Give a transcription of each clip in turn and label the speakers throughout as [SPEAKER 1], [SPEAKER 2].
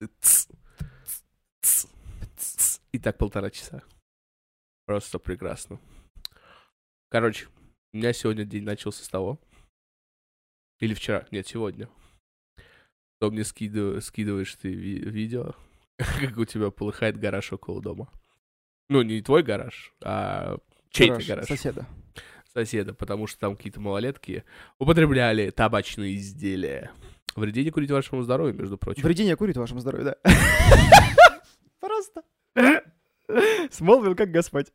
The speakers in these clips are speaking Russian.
[SPEAKER 1] Ц, ц, ц. И так 1,5 часа. Просто прекрасно. Короче, у меня сегодня день начался с того. Или вчера, нет, сегодня. То мне скидываешь ты видео, как у тебя полыхает гараж около дома. Ну, не твой гараж, а чей-то гараж. Соседа, потому что там какие-то малолетки употребляли табачные изделия. Вредение курить вашему здоровью, между прочим.
[SPEAKER 2] Вредение курить вашему здоровью, да. Просто. Смолвил как Господь.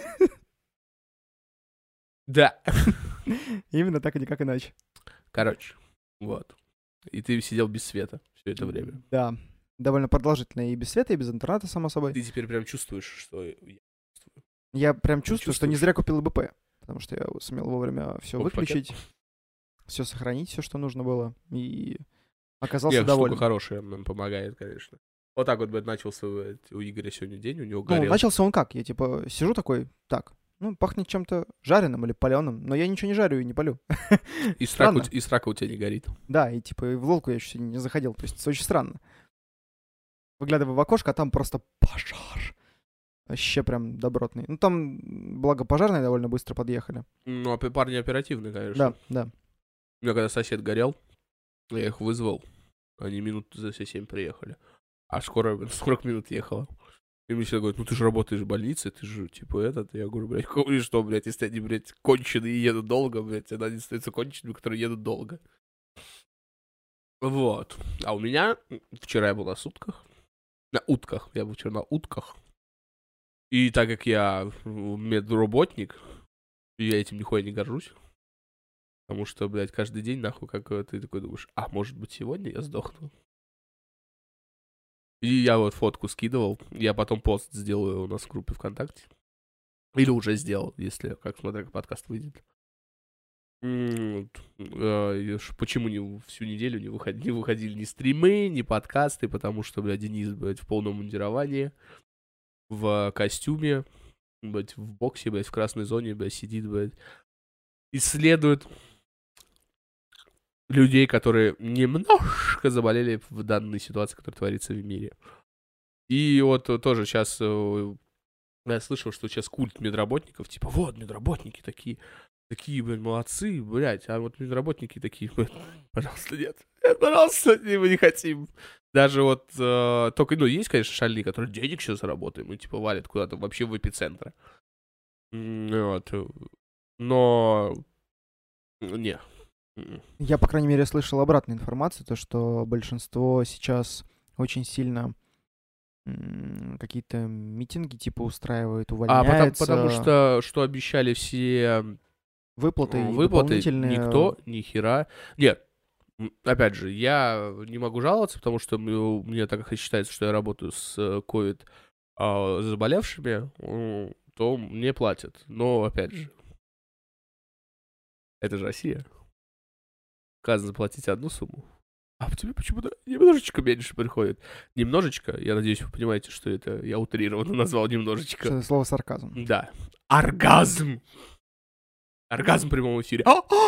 [SPEAKER 1] Да.
[SPEAKER 2] Именно так и никак иначе.
[SPEAKER 1] Короче, вот. И ты сидел без света все это время.
[SPEAKER 2] Да. Довольно продолжительно и без света, и без интернета, само собой.
[SPEAKER 1] Ты теперь прям чувствуешь, что я чувствую.
[SPEAKER 2] Я прям чувствую, что не зря купил ИБП. Потому что я сумел вовремя все выключить, все сохранить, все, что нужно было. И оказался доволен.
[SPEAKER 1] Штука хорошая, нам помогает, конечно. Вот так вот начался у Игоря сегодня день, у него горел.
[SPEAKER 2] Ну, начался он как? Я типа сижу такой, так, пахнет чем-то жареным или паленым, но я ничего не жарю и не палю.
[SPEAKER 1] И срака у тебя не горит.
[SPEAKER 2] Да, и типа в лодку я еще сегодня не заходил, то есть это очень странно. Выглядываю в окошко, а там просто пожар. Вообще прям добротный. Ну, там, благо, пожарные довольно быстро подъехали.
[SPEAKER 1] Ну, а парни оперативные, конечно.
[SPEAKER 2] Да.
[SPEAKER 1] У меня когда сосед горел, я их вызвал, они минут за все 7 приехали. А скоро 40 минут ехало. И мне всегда говорят, ну ты же работаешь в больнице, ты же типа этот. Я говорю, блядь, и что, блядь, если они, блядь, конченые и едут долго, блядь, они остаются кончеными, которые едут долго. Вот. А у меня вчера я был на сутках. На утках. Я был вчера на утках. И так как я медработник, я этим нихуя не горжусь. Потому что, блядь, каждый день, нахуй, как ты такой думаешь, а может быть сегодня я сдохну? И я вот фотку скидывал, я потом пост сделаю у нас в группе ВКонтакте. Или уже сделал, если, смотря как подкаст выйдет. Почему всю неделю не выходили ни стримы, ни подкасты, потому что, блядь, Денис, блядь, в полном мундировании, в костюме, блядь, в боксе, блядь, в красной зоне, блядь, сидит, блядь, исследует людей, которые немножко заболели в данной ситуации, которая творится в мире. И вот тоже сейчас я слышал, что сейчас культ медработников, типа, вот, медработники такие, блядь, молодцы, блядь, а вот медработники такие, блядь, пожалуйста, нет, пожалуйста, мы не хотим. Даже вот только, есть, конечно, шальные, которые денег сейчас заработаем, и типа валят куда-то вообще в эпицентр. Вот. Но не.
[SPEAKER 2] Я, по крайней мере, слышал обратную информацию, то, что большинство сейчас очень сильно какие-то митинги типа устраивают, увольняются.
[SPEAKER 1] Потому что обещали все
[SPEAKER 2] выплаты
[SPEAKER 1] дополнительные. Никто ни хера. Нет, опять же, я не могу жаловаться, потому что мне так как считается, что я работаю с COVID заболевшими, то мне платят. Но, опять же, это же Россия. Указано заплатить одну сумму, а тебе почему-то немножечко меньше приходит. Немножечко, я надеюсь, вы понимаете, что это я утрированно назвал немножечко.
[SPEAKER 2] Что это слово сарказм.
[SPEAKER 1] Да. Оргазм! Оргазм в прямом эфире.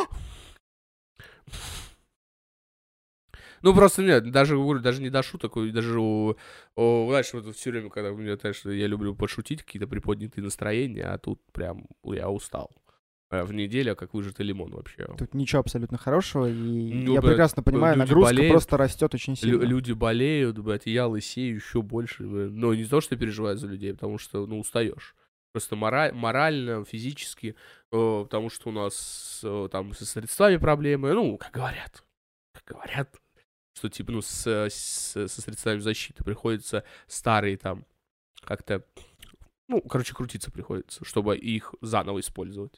[SPEAKER 1] Ну, просто нет, даже не до шуток, даже знаешь, вот все время, когда мне, знаешь, я люблю пошутить, какие-то приподнятые настроения, а тут прям я устал. В неделю, как выжатый лимон вообще.
[SPEAKER 2] Тут ничего абсолютно хорошего, и я прекрасно понимаю, нагрузка болеют, просто растет очень сильно.
[SPEAKER 1] Люди болеют, блядь, я лысею еще больше. Но не то, что переживаю за людей, потому что, устаешь. Просто морально, физически, потому что у нас там со средствами проблемы, как говорят, что типа, со средствами защиты приходится старые там как-то, крутиться приходится, чтобы их заново использовать.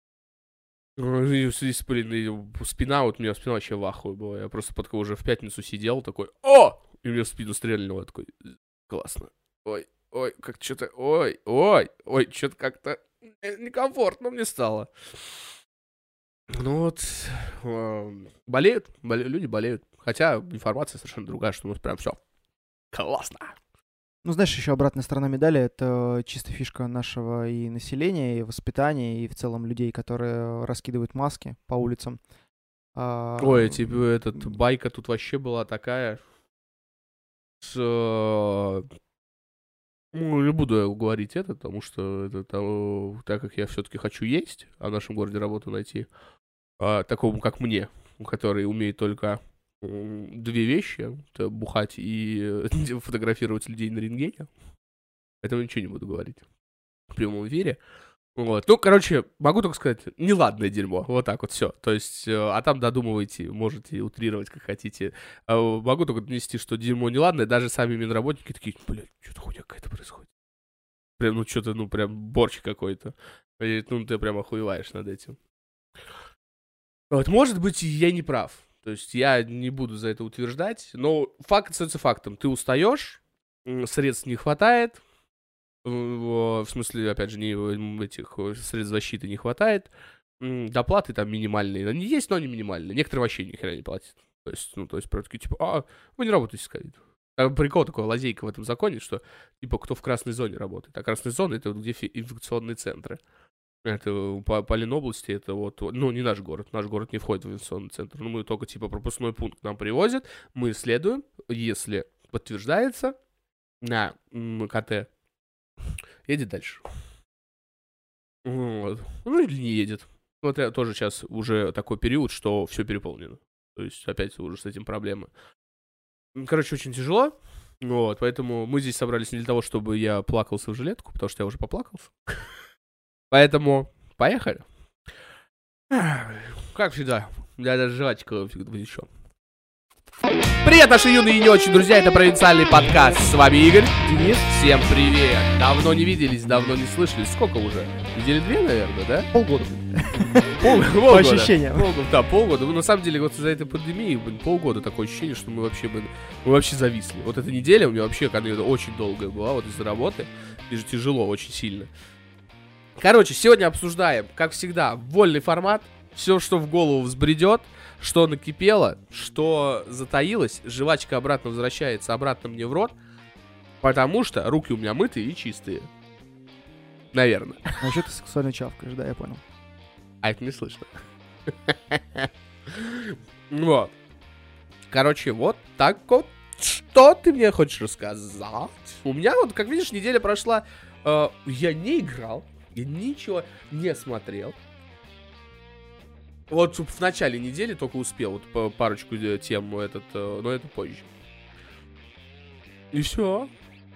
[SPEAKER 1] Спина, вот у меня спина вообще в ахуе была. Я просто уже в пятницу сидел, такой, и мне в спину стрельнуло, я такой, классно. Ой, как что-то, что-то как-то некомфортно мне стало. Люди болеют. Хотя информация совершенно другая, что у нас прям все классно.
[SPEAKER 2] Знаешь, еще обратная сторона медали — это чисто фишка нашего и населения, и воспитания, и в целом людей, которые раскидывают маски по улицам.
[SPEAKER 1] Байка тут вообще была такая. Ну, не буду я говорить это, потому что это так как я все-таки хочу есть, а в нашем городе работу найти, такому, как мне, который умеет только две вещи, это бухать и фотографировать людей на рентгене. Поэтому ничего не буду говорить в прямом эфире. Вот. Ну, короче, могу только сказать, неладное дерьмо. Вот так вот все. То есть, а там додумывайте, можете утрировать, как хотите. Могу только донести, что дерьмо неладное. Даже сами минработники такие, блядь, что-то хуйня какая-то происходит. Прям, ну, что-то, ну, прям борщ какой-то. И, ну, ты прям охуеваешь над этим. Вот, может быть, я не прав. То есть, я не буду за это утверждать. Но факт остается фактом. Ты устаешь, средств не хватает. В смысле, опять же, этих средств защиты не хватает. Доплаты там минимальные. Они есть, но они минимальные. Некоторые вообще ни хера не платят. То есть, просто такие, типа, вы не работаете с ковидом. Прикол такой, лазейка в этом законе, что, типа, кто в красной зоне работает. А красная зона — это где инфекционные центры. Это по Ленобласти, это вот, ну, не наш город. Наш город не входит в инфекционный центр. Ну, мы только, типа, пропускной пункт нам привозят. Мы исследуем. Если подтверждается на КТ, едет дальше. Вот. Ну или не едет. Вот тоже сейчас уже такой период, что все переполнено. То есть опять уже с этим проблемы. Короче, очень тяжело. Вот, поэтому мы здесь собрались не для того, чтобы я плакался в жилетку, потому что я уже поплакался. Поэтому поехали. Как всегда, я даже жвачка еще. Привет, наши юные и не очень друзья, это провинциальный подкаст. С вами Игорь.
[SPEAKER 2] Денис.
[SPEAKER 1] Всем привет. Давно не виделись, давно не слышались. Сколько уже? Недели 2, наверное, да?
[SPEAKER 2] Полгода.
[SPEAKER 1] По
[SPEAKER 2] ощущениям.
[SPEAKER 1] Да, полгода. Ну, на самом деле, вот из-за этой пандемии, полгода такое ощущение, что мы вообще зависли. Вот эта неделя у меня вообще, она очень долгая была, вот из-за работы. И же тяжело, очень сильно. Короче, сегодня обсуждаем, как всегда, вольный формат. Все, что в голову взбредет, что накипело, что затаилось, жвачка обратно возвращается обратно мне в рот, потому что руки у меня мытые и чистые. Наверное.
[SPEAKER 2] А что ты сексуально чавкаешь, да, я понял.
[SPEAKER 1] А это не слышно. Вот. Короче, вот так вот. Что ты мне хочешь рассказать? У меня вот, как видишь, неделя прошла. Я не играл, я ничего не смотрел. Вот в начале недели только успел вот парочку тем, но это позже. И все.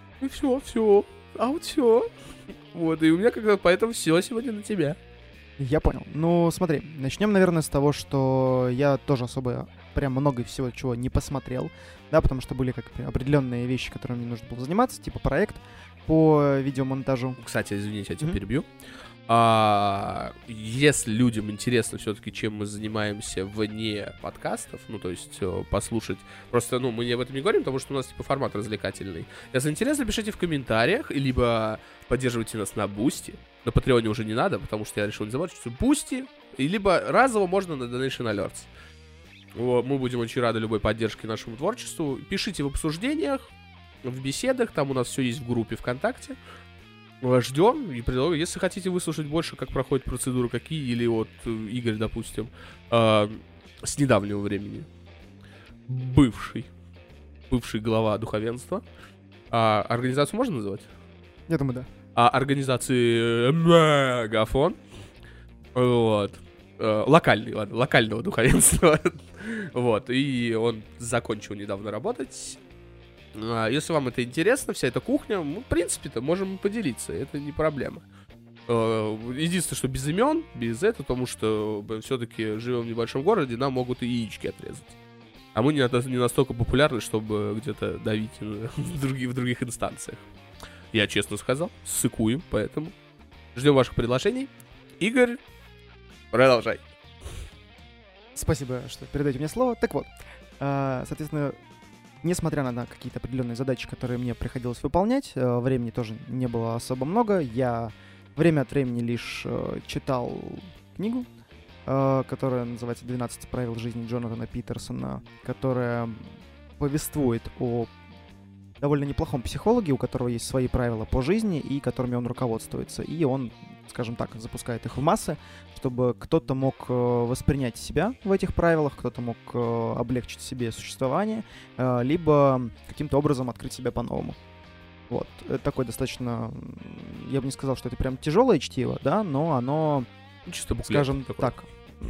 [SPEAKER 1] А вот все. Вот, и у меня как-то поэтому все сегодня на тебя.
[SPEAKER 2] Я понял. Ну, смотри, начнем, наверное, с того, что я тоже особо прям много всего чего не посмотрел, да, потому что были как определенные вещи, которыми мне нужно было заниматься, типа проект по видеомонтажу.
[SPEAKER 1] Кстати, извините, я тебя перебью. Если людям интересно все-таки, чем мы занимаемся вне подкастов, ну, то есть послушать, просто, ну, мы об этом не говорим, потому что у нас, типа, формат развлекательный. Если интересно, пишите в комментариях, либо поддерживайте нас на Бусти. На Патреоне уже не надо, потому что я решил не забывать, что Бусти, либо разово можно на Donation Alerts. Мы будем очень рады любой поддержке нашему творчеству. Пишите в обсуждениях, в беседах, там у нас все есть в группе ВКонтакте. Ждем и предлагаю, если хотите выслушать больше, как проходит процедура, какие, или вот Игорь, допустим, с недавнего времени, бывший глава духовенства, организацию можно называть?
[SPEAKER 2] Я думаю, да.
[SPEAKER 1] Организации Мегафон, вот, локального духовенства, вот, и он закончил недавно работать. Если вам это интересно, вся эта кухня, мы, в принципе-то, можем поделиться, это не проблема. Единственное, что без имен, без этого, потому что все-таки живем в небольшом городе, нам могут и яички отрезать. А мы не настолько популярны, чтобы где-то давить в других инстанциях. Я честно сказал, ссыкуем, поэтому ждем ваших предложений. Игорь, продолжай.
[SPEAKER 2] Спасибо, что передаете мне слово. Так вот, соответственно, несмотря на какие-то определенные задачи, которые мне приходилось выполнять, времени тоже не было особо много. Я время от времени лишь читал книгу, которая называется «12 правил жизни Джонатана Питерсона», которая повествует о довольно неплохом психологе, у которого есть свои правила по жизни и которыми он руководствуется. И он, скажем так, запускает их в массы, чтобы кто-то мог воспринять себя в этих правилах, кто-то мог облегчить себе существование, либо каким-то образом открыть себя по-новому. Вот. Это такое достаточно... Я бы не сказал, что это прям тяжелое чтиво, да, но оно,
[SPEAKER 1] Чисто буклет
[SPEAKER 2] скажем
[SPEAKER 1] такой.
[SPEAKER 2] так,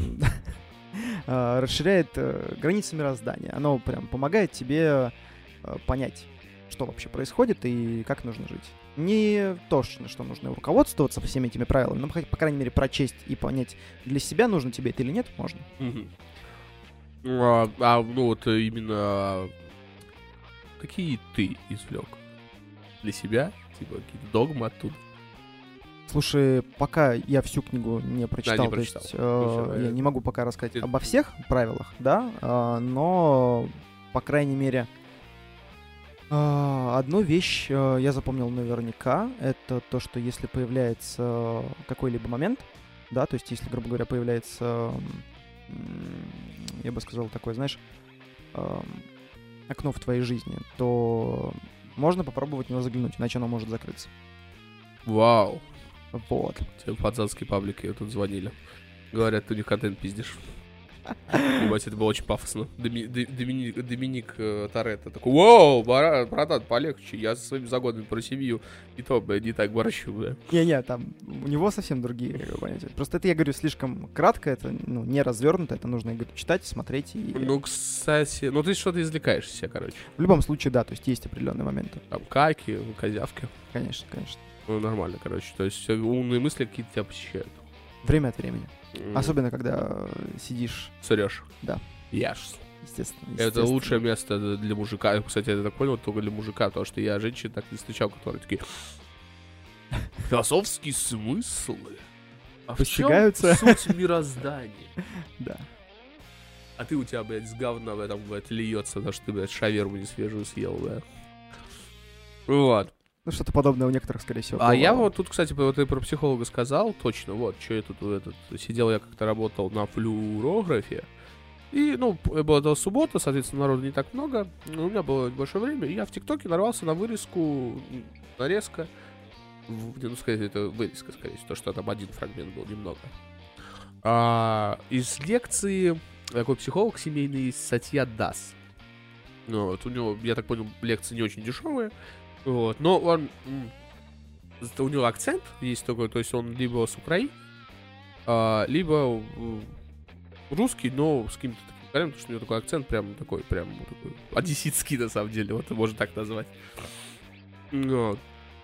[SPEAKER 2] расширяет границы мироздания. Оно прям помогает тебе понять, что вообще происходит и как нужно жить. Не то, что нужно руководствоваться всеми этими правилами, но, по крайней мере, прочесть и понять, для себя нужно тебе это или нет, можно.
[SPEAKER 1] Мгм. Ну вот именно какие ты извлек для себя, типа какие-то догмы оттуда?
[SPEAKER 2] Слушай, пока я всю книгу не прочитал,
[SPEAKER 1] не
[SPEAKER 2] то
[SPEAKER 1] прочитал.
[SPEAKER 2] есть
[SPEAKER 1] Ну, всё,
[SPEAKER 2] я не могу пока рассказать
[SPEAKER 1] Ты-
[SPEAKER 2] обо всех правилах, да, но, по крайней мере, одну вещь я запомнил наверняка, это то, что если появляется какой-либо момент, да, то есть если, грубо говоря, появляется, я бы сказал, такое, знаешь, окно в твоей жизни, то можно попробовать в него заглянуть, иначе оно может закрыться.
[SPEAKER 1] Вау.
[SPEAKER 2] Вот.
[SPEAKER 1] Тебе пацанские паблики тут звонили. Говорят, ты у них контент пиздишь. Ебать, это было очень пафосно. Доминик Торетто такой: «Воу, братан, полегче, я со своими загонами про семью. И то, бля, не так борщу, бля».
[SPEAKER 2] Не-не, там у него совсем другие понятия. Просто это, я говорю, слишком кратко, это не развернуто, это нужно, я говорю, читать, смотреть. И...
[SPEAKER 1] Ну, кстати, ты что-то извлекаешь из себя, короче.
[SPEAKER 2] В любом случае, да, то есть есть определенные моменты.
[SPEAKER 1] Там каки, козявки.
[SPEAKER 2] Конечно, конечно.
[SPEAKER 1] Ну, нормально, короче. То есть умные мысли какие-то тебя посещают.
[SPEAKER 2] Время от времени. Особенно, когда сидишь,
[SPEAKER 1] Срешь.
[SPEAKER 2] Да.
[SPEAKER 1] Яшь.
[SPEAKER 2] естественно.
[SPEAKER 1] Это лучшее место для мужика. Кстати, я так понял, только для мужика, потому что я женщин так не встречал, которые такие: философские смыслы. А в чем
[SPEAKER 2] Постигаются.
[SPEAKER 1] суть мироздания?
[SPEAKER 2] Да.
[SPEAKER 1] А ты у тебя, блядь, с говна в этом, блядь, льется, потому что ты, блядь, шаверму не свежую съел, да. Вот.
[SPEAKER 2] Ну, что-то подобное у некоторых, скорее всего.
[SPEAKER 1] А я
[SPEAKER 2] бывало.
[SPEAKER 1] вот тут, кстати, вот ты про психолога сказал, точно, вот, что я тут сидел, я как-то работал на флюорографе, и, была это суббота, соответственно, народу не так много, но у меня было небольшое время, и я в ТикТоке нарвался на нарезка, скорее, это вырезка, скорее всего, то, что там один фрагмент был, немного. Из лекции такой психолог семейный Сатья Дас. Вот, у него, я так понял, лекции не очень дешевые. Вот, но у него акцент есть такой, то есть он либо с Украины, либо русский, но с каким-то таким корнем, потому что у него такой акцент прям такой одесситский, на самом деле, вот можно так назвать. Вот.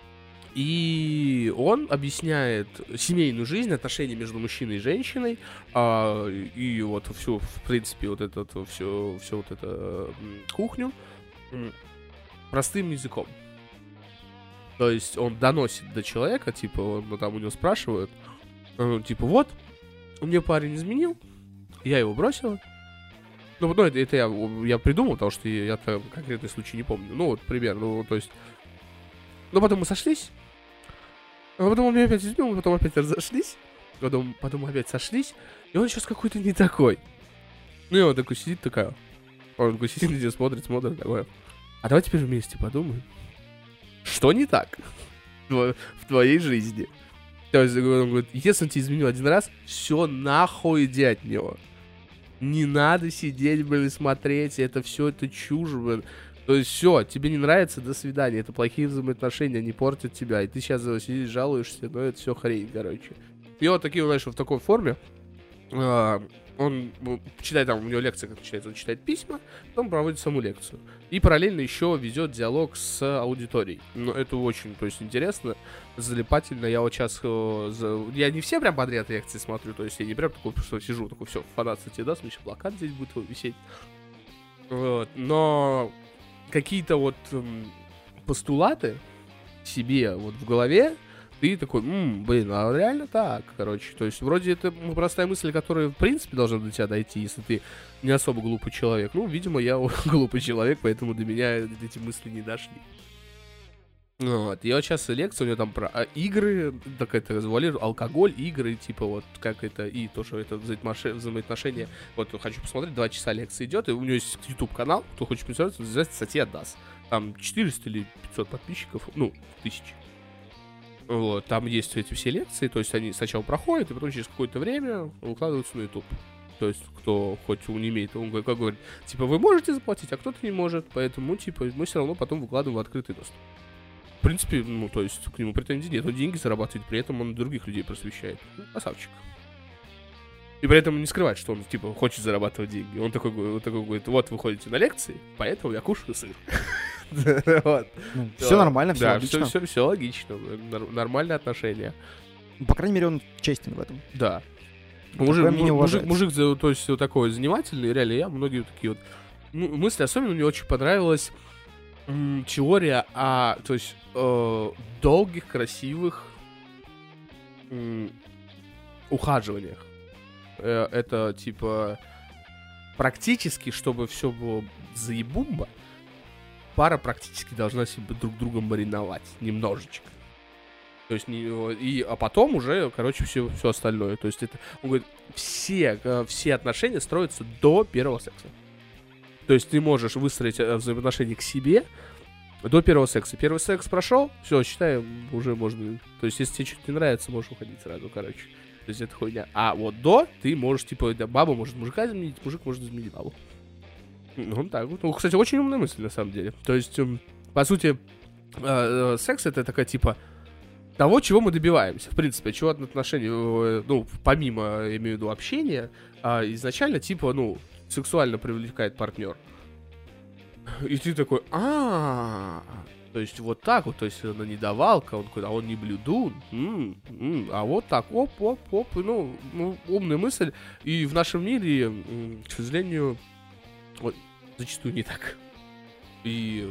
[SPEAKER 1] И он объясняет семейную жизнь, отношения между мужчиной и женщиной, и вот всю, в принципе, вот всю вот эту кухню простым языком. То есть он доносит до человека, типа, там у него спрашивают, типа, вот, мне парень изменил, я его бросила. Это я придумал, потому что я-то конкретный случай не помню. Вот, примерно, то есть... Но потом мы сошлись, а потом он меня опять изменил, потом опять разошлись, потом опять сошлись, и он сейчас какой-то не такой. И он такой сидит, он такой сидит, где смотрит, такой: а давай теперь вместе подумаем, что не так в твоей жизни. То есть он говорит: если он тебе изменил один раз, все, нахуй иди от него. Не надо сидеть, блин, и смотреть, это все, это чушь, блин. То есть все, тебе не нравится, до свидания. Это плохие взаимоотношения, они портят тебя. И ты сейчас сидишь, жалуешься, но это все хрень, короче. И вот такие, знаешь, в такой форме. Он читает, там у него лекция, как читается, он читает письма, потом проводит саму лекцию. И параллельно еще ведет диалог с аудиторией. Но это очень, то есть, интересно, залипательно. Я вот сейчас, я не все прям подряд лекции смотрю, то есть я не прям такой, что сижу, такой: все, фанат тебе даст, мне еще плакат здесь будет висеть. Вот. Но какие-то вот постулаты себе вот в голове, ты такой: блин, а реально так, короче. То есть вроде это простая мысль, которая в принципе должна до тебя дойти, если ты не особо глупый человек. Видимо, я глупый человек, поэтому до меня эти мысли не дошли. Вот. И вот сейчас лекция у него там про игры, так это завуалирую, алкоголь, игры, типа вот как это, и то, что это взаимоотношения. Вот хочу посмотреть, 2 часа лекции идет, и у него есть YouTube-канал, кто хочет посмотреть, называется «Статья даст». Там 400 или 500 подписчиков, ну, 1000. Вот, там есть эти все лекции, то есть они сначала проходят, и потом через какое-то время выкладываются на YouTube. То есть, кто хоть не имеет, он как говорит, типа, вы можете заплатить, а кто-то не может, поэтому, типа, мы все равно потом выкладываем в открытый доступ. В принципе, ну, то есть, к нему претензий нет, он деньги зарабатывает, при этом он других людей просвещает. Ну, красавчик. И при этом не скрывает, что он, типа, хочет зарабатывать деньги. Он такой говорит, вот, вы ходите на лекции, поэтому я кушаю сыр.
[SPEAKER 2] Все нормально, все логично.
[SPEAKER 1] Все логично, нормальные отношения.
[SPEAKER 2] По крайней мере, он честен в этом.
[SPEAKER 1] Да. Мужик, то есть, вот такой занимательный, реально, я многие такие вот мысли, особенно мне очень понравилась теория о, то есть, долгих, красивых ухаживаниях. Это, типа, практически, чтобы все было заебумба, пара практически должна себе друг друга мариновать немножечко. То есть, а потом уже, короче, все остальное. То есть, это, он говорит, все отношения строятся до первого секса. То есть, ты можешь выстроить взаимоотношения к себе до первого секса. Первый секс прошел, все, считай, уже можно... То есть, если тебе что-то не нравится, можешь уходить сразу, короче. То есть, это хуйня. А вот до ты можешь, типа, баба может мужика изменить, мужик может изменить бабу. Ну, так вот. Ну, кстати, очень умная мысль, на самом деле. То есть, по сути, секс — это такая, типа, того, чего мы добиваемся. В принципе, чего от отношений, ну, помимо, я имею в виду, общения, изначально, типа, ну, сексуально привлекает партнер. И ты такой, то есть вот так вот, то есть она не давалка, он такой, а он не блюдун, а вот так, оп, ну, умная мысль. И в нашем мире, к сожалению, вот, зачастую не так. И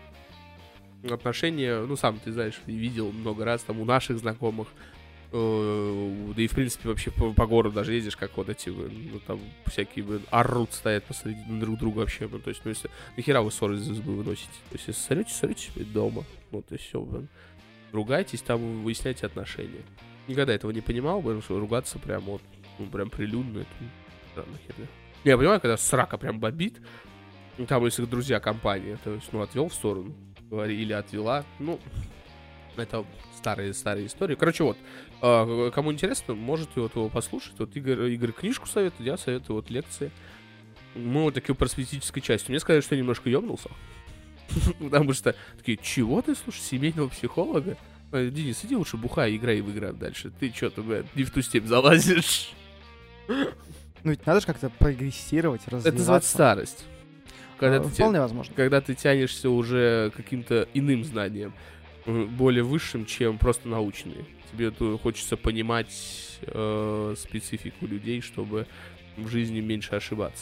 [SPEAKER 1] отношения, ну, сам ты знаешь, видел много раз там у наших знакомых, да и, в принципе, вообще по городу даже ездишь, как вот эти, ну, там, всякие, орут, стоят посреди друг друга вообще, ну, то есть, ну, если, нахера вы ссоры из избы выносите? То есть, если ссорите себе дома, ну, то есть, все, ругайтесь, там, выясняйте отношения. Никогда этого не понимал, потому что ругаться прям вот, ну, прям прилюдно, это странная херня. Я понимаю, когда срака прям бомбит, ну, там, если друзья, компания, то есть, ну, отвел в сторону, говори, или отвела, ну, это старые истории. Короче, вот, кому интересно, можете вот его послушать. Вот Игорь книжку советует, я советую вот лекции. Мы вот такой просветительской частью. Мне сказали, что я немножко ёбнулся. Потому что такие, чего ты слушаешь, семейного психолога? Денис, иди лучше бухай, играй в игры дальше. Ты что-то, не в ту степь залазишь.
[SPEAKER 2] Ну ведь надо же как-то прогрессировать, развиваться.
[SPEAKER 1] Это называется старость.
[SPEAKER 2] Вполне возможно.
[SPEAKER 1] Когда ты тянешься уже к каким-то иным знаниям, более высшим, чем просто научные. Тебе хочется понимать специфику людей, чтобы в жизни меньше ошибаться.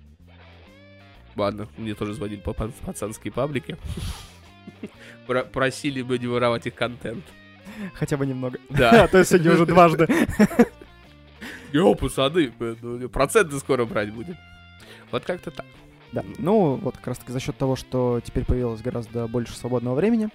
[SPEAKER 1] Ладно, мне тоже звонили по пацанской паблике. Просили бы не воровать их контент.
[SPEAKER 2] Хотя бы немного.
[SPEAKER 1] Да.
[SPEAKER 2] А то сегодня уже дважды.
[SPEAKER 1] Йоу, пацаны, проценты скоро брать будем. Вот как-то так.
[SPEAKER 2] Да, ну вот как раз таки за счет того, что теперь появилось гораздо больше свободного времени,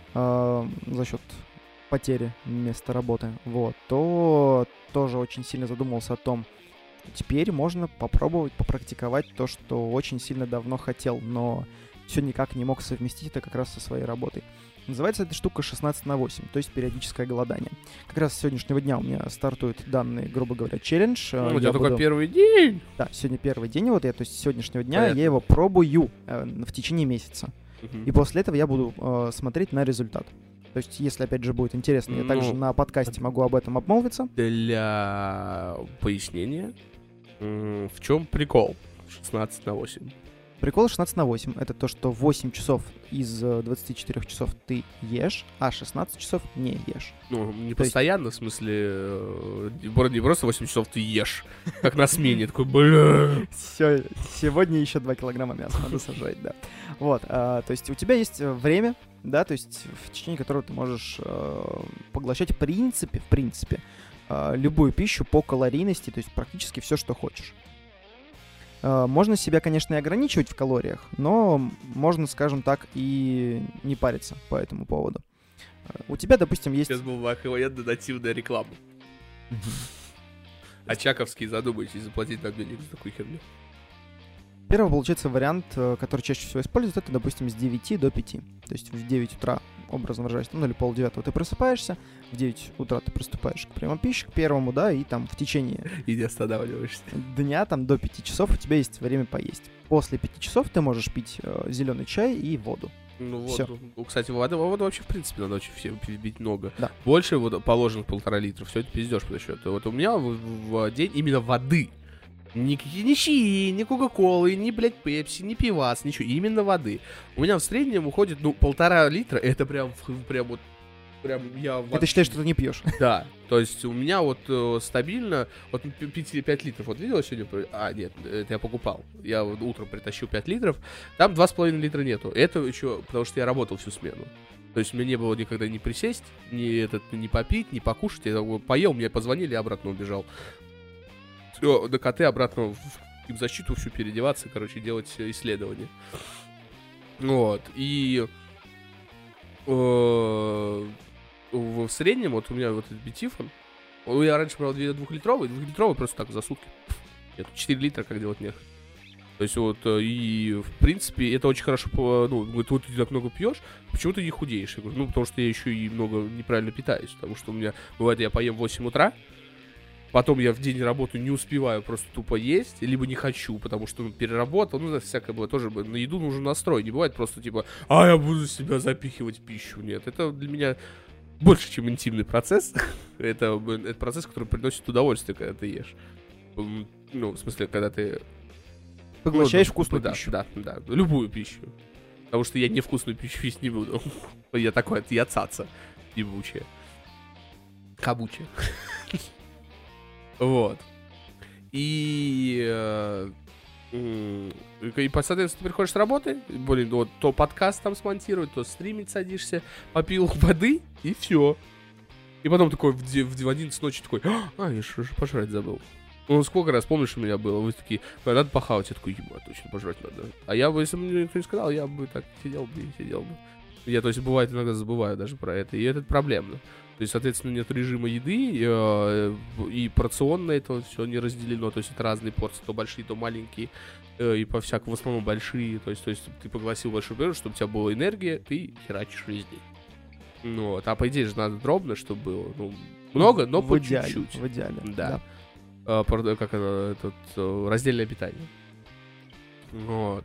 [SPEAKER 2] за счет потери места работы, вот, то тоже очень сильно задумался о том, что теперь можно попробовать попрактиковать то, что очень сильно давно хотел, но все никак не мог совместить это как раз со своей работой. Называется эта штука 16/8, то есть периодическое голодание. Как раз с сегодняшнего дня у меня стартует данный, грубо говоря, челлендж.
[SPEAKER 1] Ну, у тебя только первый день.
[SPEAKER 2] Да, сегодня первый день, вот я, то есть с сегодняшнего дня я его пробую в течение месяца. И после этого я буду смотреть на результат. То есть, если, опять же, будет интересно, я также на подкасте могу об этом обмолвиться.
[SPEAKER 1] Для пояснения, в чем прикол 16/8?
[SPEAKER 2] Прикол 16/8 — это то, что 8 часов из 24 часов ты ешь, а 16 часов не ешь.
[SPEAKER 1] Ну, не постоянно, в смысле, не просто 8 часов ты ешь, как на смене, такой, бля.
[SPEAKER 2] Все, сегодня еще 2 килограмма мяса надо сожрать, да. Вот, то есть у тебя есть время, да, то есть в течение которого ты можешь поглощать в принципе, любую пищу по калорийности, то есть практически все, что хочешь. Можно себя, конечно, и ограничивать в калориях, но можно, скажем так, и не париться по этому поводу. У тебя, допустим, есть...
[SPEAKER 1] Сейчас была охуенная нативная реклама. Очаковский, задумайтесь, заплатить нам денег за такую херню.
[SPEAKER 2] Первый, получается, вариант, который чаще всего используют, это, допустим, с 9 до 5. То есть в 9 утра, образно выражаясь, ну или полдевятого ты просыпаешься, в 9 утра ты приступаешь к приему пищи, к первому, да, и там в течение
[SPEAKER 1] И не останавливаешься.
[SPEAKER 2] дня, там до 5 часов у тебя есть время поесть. После 5 часов ты можешь пить зеленый чай и воду.
[SPEAKER 1] Ну
[SPEAKER 2] Всё.
[SPEAKER 1] вот, ну, кстати, воду вообще, в принципе, надо очень всем пить много.
[SPEAKER 2] Да.
[SPEAKER 1] Больше вот положенных 1,5 литра, все это пиздешь по счету. Вот у меня в день именно воды. Никакие ни чаи, ни кока-колы, ни, блядь, пепси, ни пивас, ничего. Именно воды. У меня в среднем уходит, 1,5 литра. Это прям вот... Прям я...
[SPEAKER 2] И ты считаешь, что ты не пьешь?
[SPEAKER 1] Да, то есть у меня вот стабильно, вот 5 литров, вот видел сегодня? Нет, это я покупал. Я вот утром притащил 5 литров, там 2,5 литра нету. Это еще потому, что я работал всю смену. То есть мне не было никогда ни присесть, ни попить, ни покушать. Я поел, мне позвонили, обратно убежал. Все, до КТ обратно в защиту всю переодеваться, короче, делать исследования. Вот, и... в среднем, вот у меня вот этот бетифон, я раньше брал 2-литровый, 2-литровый просто так за сутки. Нет, 4 литра как делать нехуй. То есть вот, и в принципе, это очень хорошо, ну, говорит, вот ты так много пьешь, почему ты не худеешь? Я говорю, ну, потому что я еще и много неправильно питаюсь, потому что у меня, бывает, я поем в 8 утра, потом я в день работаю, не успеваю просто тупо есть, либо не хочу, потому что переработал, ну, всякое было, тоже на еду нужен настрой, не бывает просто типа, я буду себя запихивать в пищу, нет, это для меня больше, чем интимный процесс, это процесс, который приносит удовольствие, когда ты ешь, ну, в смысле, когда ты...
[SPEAKER 2] Поглощаешь вкусную
[SPEAKER 1] да,
[SPEAKER 2] пищу.
[SPEAKER 1] Да, любую пищу, потому что я невкусную пищу есть не буду, я такой, я цаца, ебучая, кабучая. Вот. И, соответственно, ты приходишь с работы, вот, то подкаст там смонтировать, то стримить садишься, попил воды, и все. И потом такой в 11 ночи такой, я же пожрать забыл. Ну, сколько раз, помнишь, у меня было, вы такие, надо похавать, я такой, точно пожрать надо. А я бы, если бы мне никто не сказал, я бы так сидел бы. Я, то есть, бывает, иногда забываю даже про это, и это проблемно. То есть, соответственно, нет режима еды, и порционно это все не разделено. То есть, это разные порции, то большие, то маленькие, и по-всякому, в основном большие. То есть, ты поглотил большой период, чтобы у тебя была энергия, ты херачишь весь день. Ну, вот. А по идее же надо дробно, чтобы было. Ну, много, но по чуть-чуть.
[SPEAKER 2] В идеале,
[SPEAKER 1] да. Как это, раздельное питание. Вот.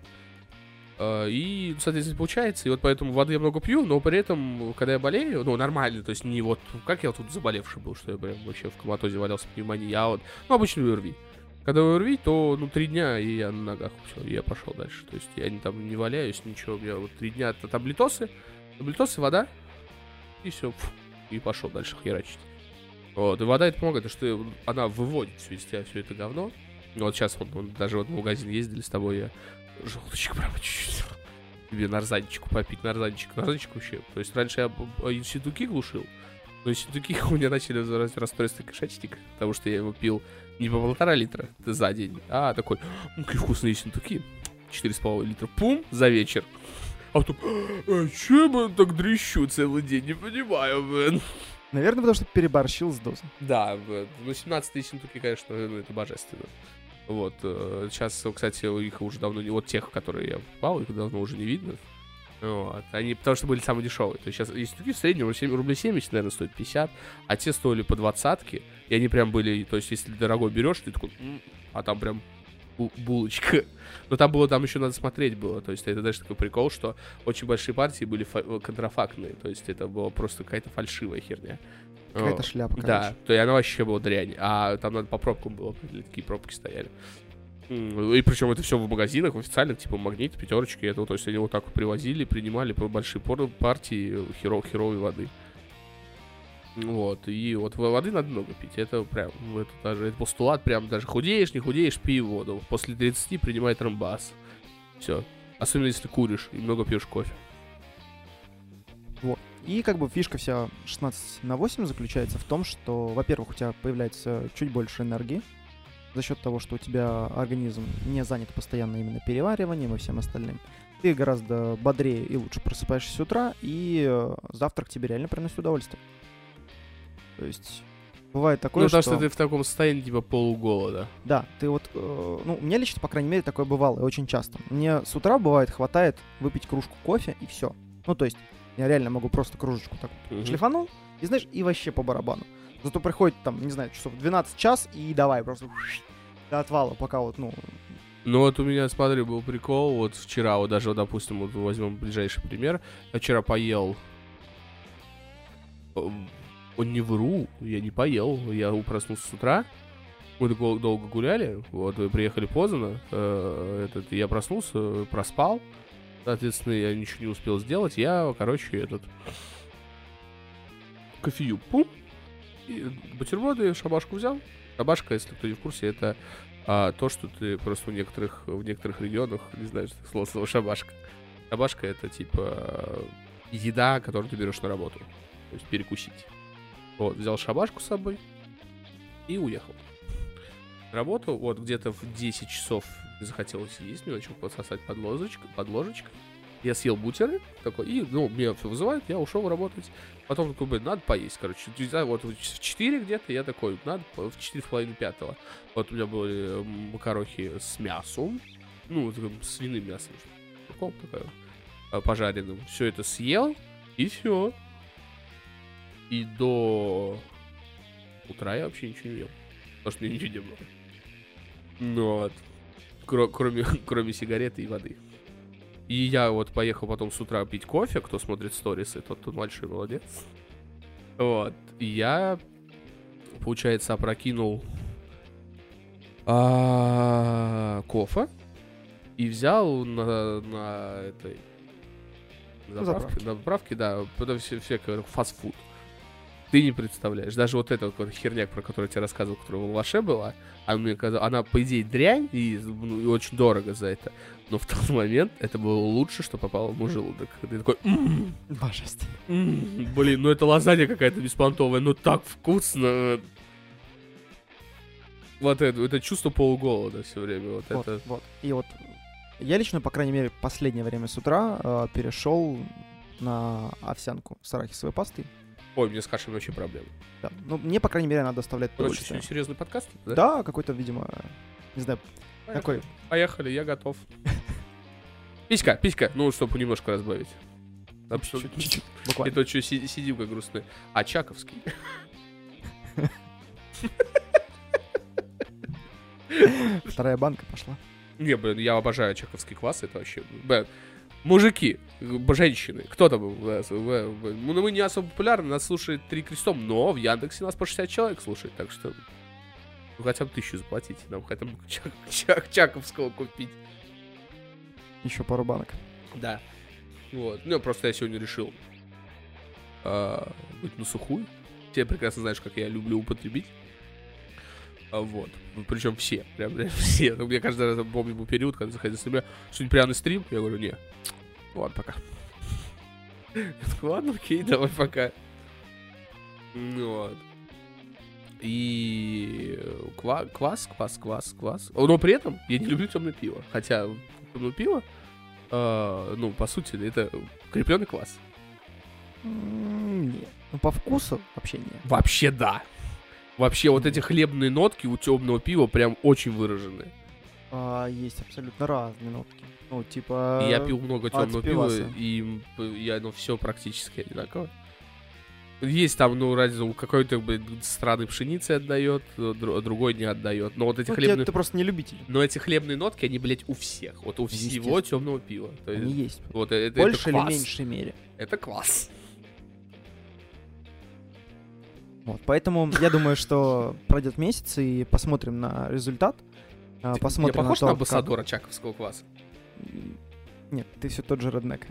[SPEAKER 1] И, соответственно, получается, и вот поэтому воды я много пью, но при этом, когда я болею, ну, нормально, то есть не вот, как я вот тут заболевший был, что я прям вообще в коматозе валялся, пневмония, я вот, обычно ОРВИ. Когда ОРВИ, то, 3 дня, и я на ногах, все, и я пошел дальше, то есть я там не валяюсь, ничего, у меня вот 3 дня таблетосы, вода, и все, и пошел дальше херачить. Вот, и вода это помогает, потому что она выводит все из тебя, все это говно. Вот сейчас вот, даже вот в магазин ездили с тобой, я желудочек прямо чуть-чуть тебе нарзанчику попить, нарзанчик вообще. То есть раньше я ессентуки глушил, но ессентуки у меня начали вызывать расстройство кишечника, потому что я его пил не по 1,5 литра за день, а такой, какие вкусные ессентуки, 4,5 литра, пум, за вечер. А потом, че я так дрищу целый день, не понимаю, блин.
[SPEAKER 2] Наверное, потому что переборщил с дозой.
[SPEAKER 1] Да, 18-е ессентуки, конечно, это божественно. Вот, сейчас, кстати, их уже давно не... Вот тех, которые я попал, их давно уже не видно. Вот, они, потому что были самые дешевые. То есть сейчас ессентуки в среднем рублей 70, наверное, стоят 50, а те стоили по 20-ке, и они прям были... То есть если дорогой берешь, ты такой... А там прям булочка. Но там еще надо смотреть было. То есть это даже такой прикол, что очень большие партии были контрафактные. То есть это была просто какая-то фальшивая херня.
[SPEAKER 2] Какая-то шляпа, короче.
[SPEAKER 1] Да, то и она вообще была дрянь. А там надо по пробкам было, такие пробки стояли. И причем это все в магазинах, в официальных, типа Магнит, Пятерочки. Это, то есть они вот так вот привозили, принимали по большие партии херовой воды. Вот, и вот воды надо много пить. Это прям, это постулат, прям даже худеешь, не худеешь, пей воду. После 30 принимай тромбаз. Все. Особенно если куришь и много пьешь кофе.
[SPEAKER 2] Вот. И как бы фишка вся 16/8 заключается в том, что, во-первых, у тебя появляется чуть больше энергии. за счет того, что у тебя организм не занят постоянно именно перевариванием и всем остальным, ты гораздо бодрее и лучше просыпаешься с утра, и завтрак тебе реально приносит удовольствие. То есть бывает такое,
[SPEAKER 1] Ну, потому что ты в таком состоянии, типа, полуголода.
[SPEAKER 2] Да, ты вот... ну, у меня лично, по крайней мере, такое бывало, и очень часто. Мне с утра, бывает, хватает выпить кружку кофе, и все. Ну, то есть, я реально могу просто кружечку так шлифанул, и, знаешь, и вообще по барабану. Зато приходит, там, не знаю, часов 12 час, и давай просто до отвала, пока вот, ну...
[SPEAKER 1] Ну вот у меня, смотри, был прикол, вот вчера, вот даже, вот, допустим, вот возьмем ближайший пример, я вчера поел, не вру, я не поел, я проснулся с утра, мы долго гуляли, вот, и приехали поздно, я проснулся, проспал, соответственно, я ничего не успел сделать, я, короче, кофею, пум, и бутерброды, шабашку взял. Шабашка, если кто не в курсе, это то, что ты просто в некоторых регионах, не знаю, что слово шабашка. Шабашка — это типа еда, которую ты берешь на работу, то есть перекусить. Вот, взял шабашку с собой и уехал. Работу, вот, где-то в 10 часов захотелось есть, мне начал подсосать под ложечкой. Я съел бутеры, такой, и, ну, меня все вызывает, я ушел работать. Потом такой, блин, надо поесть, короче. Вот в 4 где-то я такой, надо в 4:30-5. Вот у меня были макарохи с мясом, ну, с свиным мясом, такое, пожаренным. Все это съел, и все. И до утра я вообще ничего не ел, потому что мне ничего не было. Ну вот, кроме сигареты и воды. И я вот поехал потом с утра пить кофе, кто смотрит сторисы, тот тут большой молодец. Вот, и я, получается, опрокинул кофе и взял на этой заправке, да, потом всякое фастфуд. Ты не представляешь. Даже вот эта вот херня, про которую я тебе рассказывал, которая в лаваше была, она, по идее, дрянь и очень дорого за это. Но в тот момент это было лучше, что попало в мой желудок. Ты такой...
[SPEAKER 2] Божественно.
[SPEAKER 1] Блин, ну это лазанья какая-то беспонтовая, ну так вкусно. Вот это чувство полуголода все время.
[SPEAKER 2] Вот. И вот я лично, по крайней мере, последнее время с утра перешел на овсянку с арахисовой пастой.
[SPEAKER 1] Ой, мне с кашей вообще проблемы.
[SPEAKER 2] Да. Ну, мне, по крайней мере, она доставляет удовольствие.
[SPEAKER 1] Очень серьезный подкаст, да?
[SPEAKER 2] Да, какой-то, видимо, не знаю, такой.
[SPEAKER 1] Поехали, я готов. Писька, ну, чтобы немножко разбавить.
[SPEAKER 2] Чуть-чуть, буквально.
[SPEAKER 1] И то, что сидим как грустные. А Чаковский?
[SPEAKER 2] Вторая банка пошла.
[SPEAKER 1] Не, блин, я обожаю чаковский квас, это вообще... Мужики, женщины, кто там? Ну, мы не особо популярны, нас слушает 3 крестом, но в Яндексе нас по 60 человек слушает, так что... Ну, хотя бы 1000 заплатите, нам хотя бы чаковского купить.
[SPEAKER 2] Еще пару банок.
[SPEAKER 1] Да. Вот. Ну, просто я сегодня решил быть на сухую. Ты прекрасно знаешь, как я люблю употребить. Вот. Причем все. Прям все. Я каждый раз помню был период, когда заходил с стрима. Что-нибудь прямо на стрим? Я говорю, не. Ладно, пока. Я такой, ладно, окей, давай, пока. Вот. И квас. Но при этом я не люблю темное пиво. Хотя темное пиво, ну, по сути, это крепленый квас.
[SPEAKER 2] Нет. Ну, по вкусу вообще нет.
[SPEAKER 1] Вообще да. Вообще вот эти хлебные нотки у темного пива прям очень выражены.
[SPEAKER 2] Есть абсолютно разные нотки. Ну, типа...
[SPEAKER 1] И я пил много темного пива,
[SPEAKER 2] пиваса.
[SPEAKER 1] и оно все практически одинаково. Есть там, ну, разница, у какой-то страны пшеницы отдает, другой не отдает. Но вот эти хлебные...
[SPEAKER 2] Ты просто не любитель.
[SPEAKER 1] Но эти хлебные нотки, они, блядь, у всех. Вот у всего темного пива. То
[SPEAKER 2] Они есть.
[SPEAKER 1] Вот
[SPEAKER 2] В большей или меньшей мере.
[SPEAKER 1] Это квас.
[SPEAKER 2] Вот, поэтому я думаю, что пройдет месяц и посмотрим на результат. Посмотрим
[SPEAKER 1] Я похож
[SPEAKER 2] на
[SPEAKER 1] на
[SPEAKER 2] то,
[SPEAKER 1] амбассадора чаковского кваса?
[SPEAKER 2] Нет, ты все тот же реднек.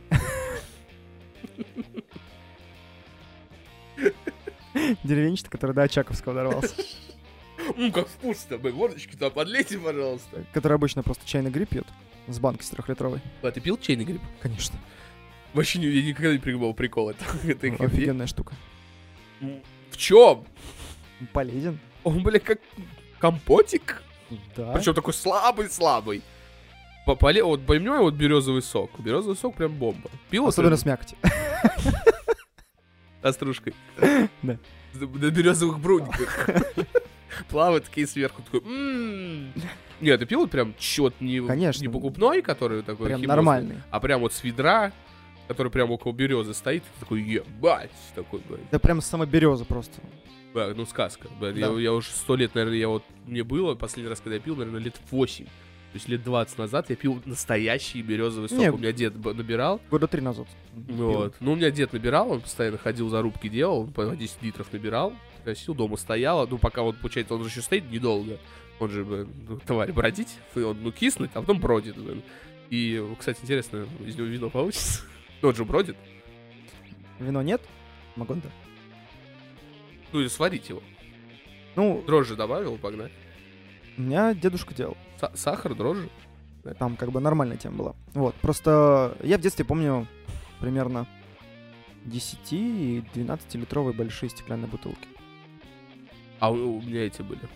[SPEAKER 2] Деревенщина, который до Очаковского дорвался.
[SPEAKER 1] Как вкусно, вы водочки туда подлейте, пожалуйста.
[SPEAKER 2] Который обычно просто чайный гриб пьет с банки с 3-литровой.
[SPEAKER 1] А ты пил чайный гриб?
[SPEAKER 2] Конечно.
[SPEAKER 1] Вообще я никогда не придумал прикол. Это
[SPEAKER 2] Офигенная штука.
[SPEAKER 1] В чем?
[SPEAKER 2] Полезен.
[SPEAKER 1] Он, бля, как компотик.
[SPEAKER 2] Да.
[SPEAKER 1] Причем такой слабый-слабый. Вот поймем, вот березовый сок. Березовый сок прям бомба. Пил
[SPEAKER 2] Особенно с мякотью.
[SPEAKER 1] остружкой.
[SPEAKER 2] Да.
[SPEAKER 1] На березовых брудниках. Плавают такие сверху. Такой, Нет, ты пил вот прям чет не покупной, который такой
[SPEAKER 2] прям
[SPEAKER 1] химозный,
[SPEAKER 2] нормальный.
[SPEAKER 1] а прям вот с ведра, который прям около березы стоит. Ты такой, ебать. Такой, блядь.
[SPEAKER 2] Да прям сама береза просто.
[SPEAKER 1] Да, ну сказка.
[SPEAKER 2] Да.
[SPEAKER 1] Я уже 100 лет, наверное, мне было, последний раз, когда я пил, наверное, лет 8. То есть лет 20 назад я пил настоящий березовый сок.
[SPEAKER 2] Не,
[SPEAKER 1] У меня дед набирал.
[SPEAKER 2] Года 3 назад.
[SPEAKER 1] Вот. Ну, у меня дед набирал, он постоянно ходил, зарубки делал, он по 10 литров набирал, носил, дома стояла. Ну, пока вот, получается, он же еще стоит недолго. Он же, тварь, бродить, он, киснуть, а потом бродит. И, кстати, интересно, из него вино получится? Ну, он же бродит.
[SPEAKER 2] Вино нет? Могу, да.
[SPEAKER 1] Ну, или сварить его.
[SPEAKER 2] Ну,
[SPEAKER 1] Дрожжи добавил, погнать.
[SPEAKER 2] у меня дедушка делал.
[SPEAKER 1] Сахар, дрожжи.
[SPEAKER 2] Там как бы нормальная тема была. Вот, просто я в детстве помню примерно 10 и 12-литровые большие стеклянные бутылки.
[SPEAKER 1] А у меня эти были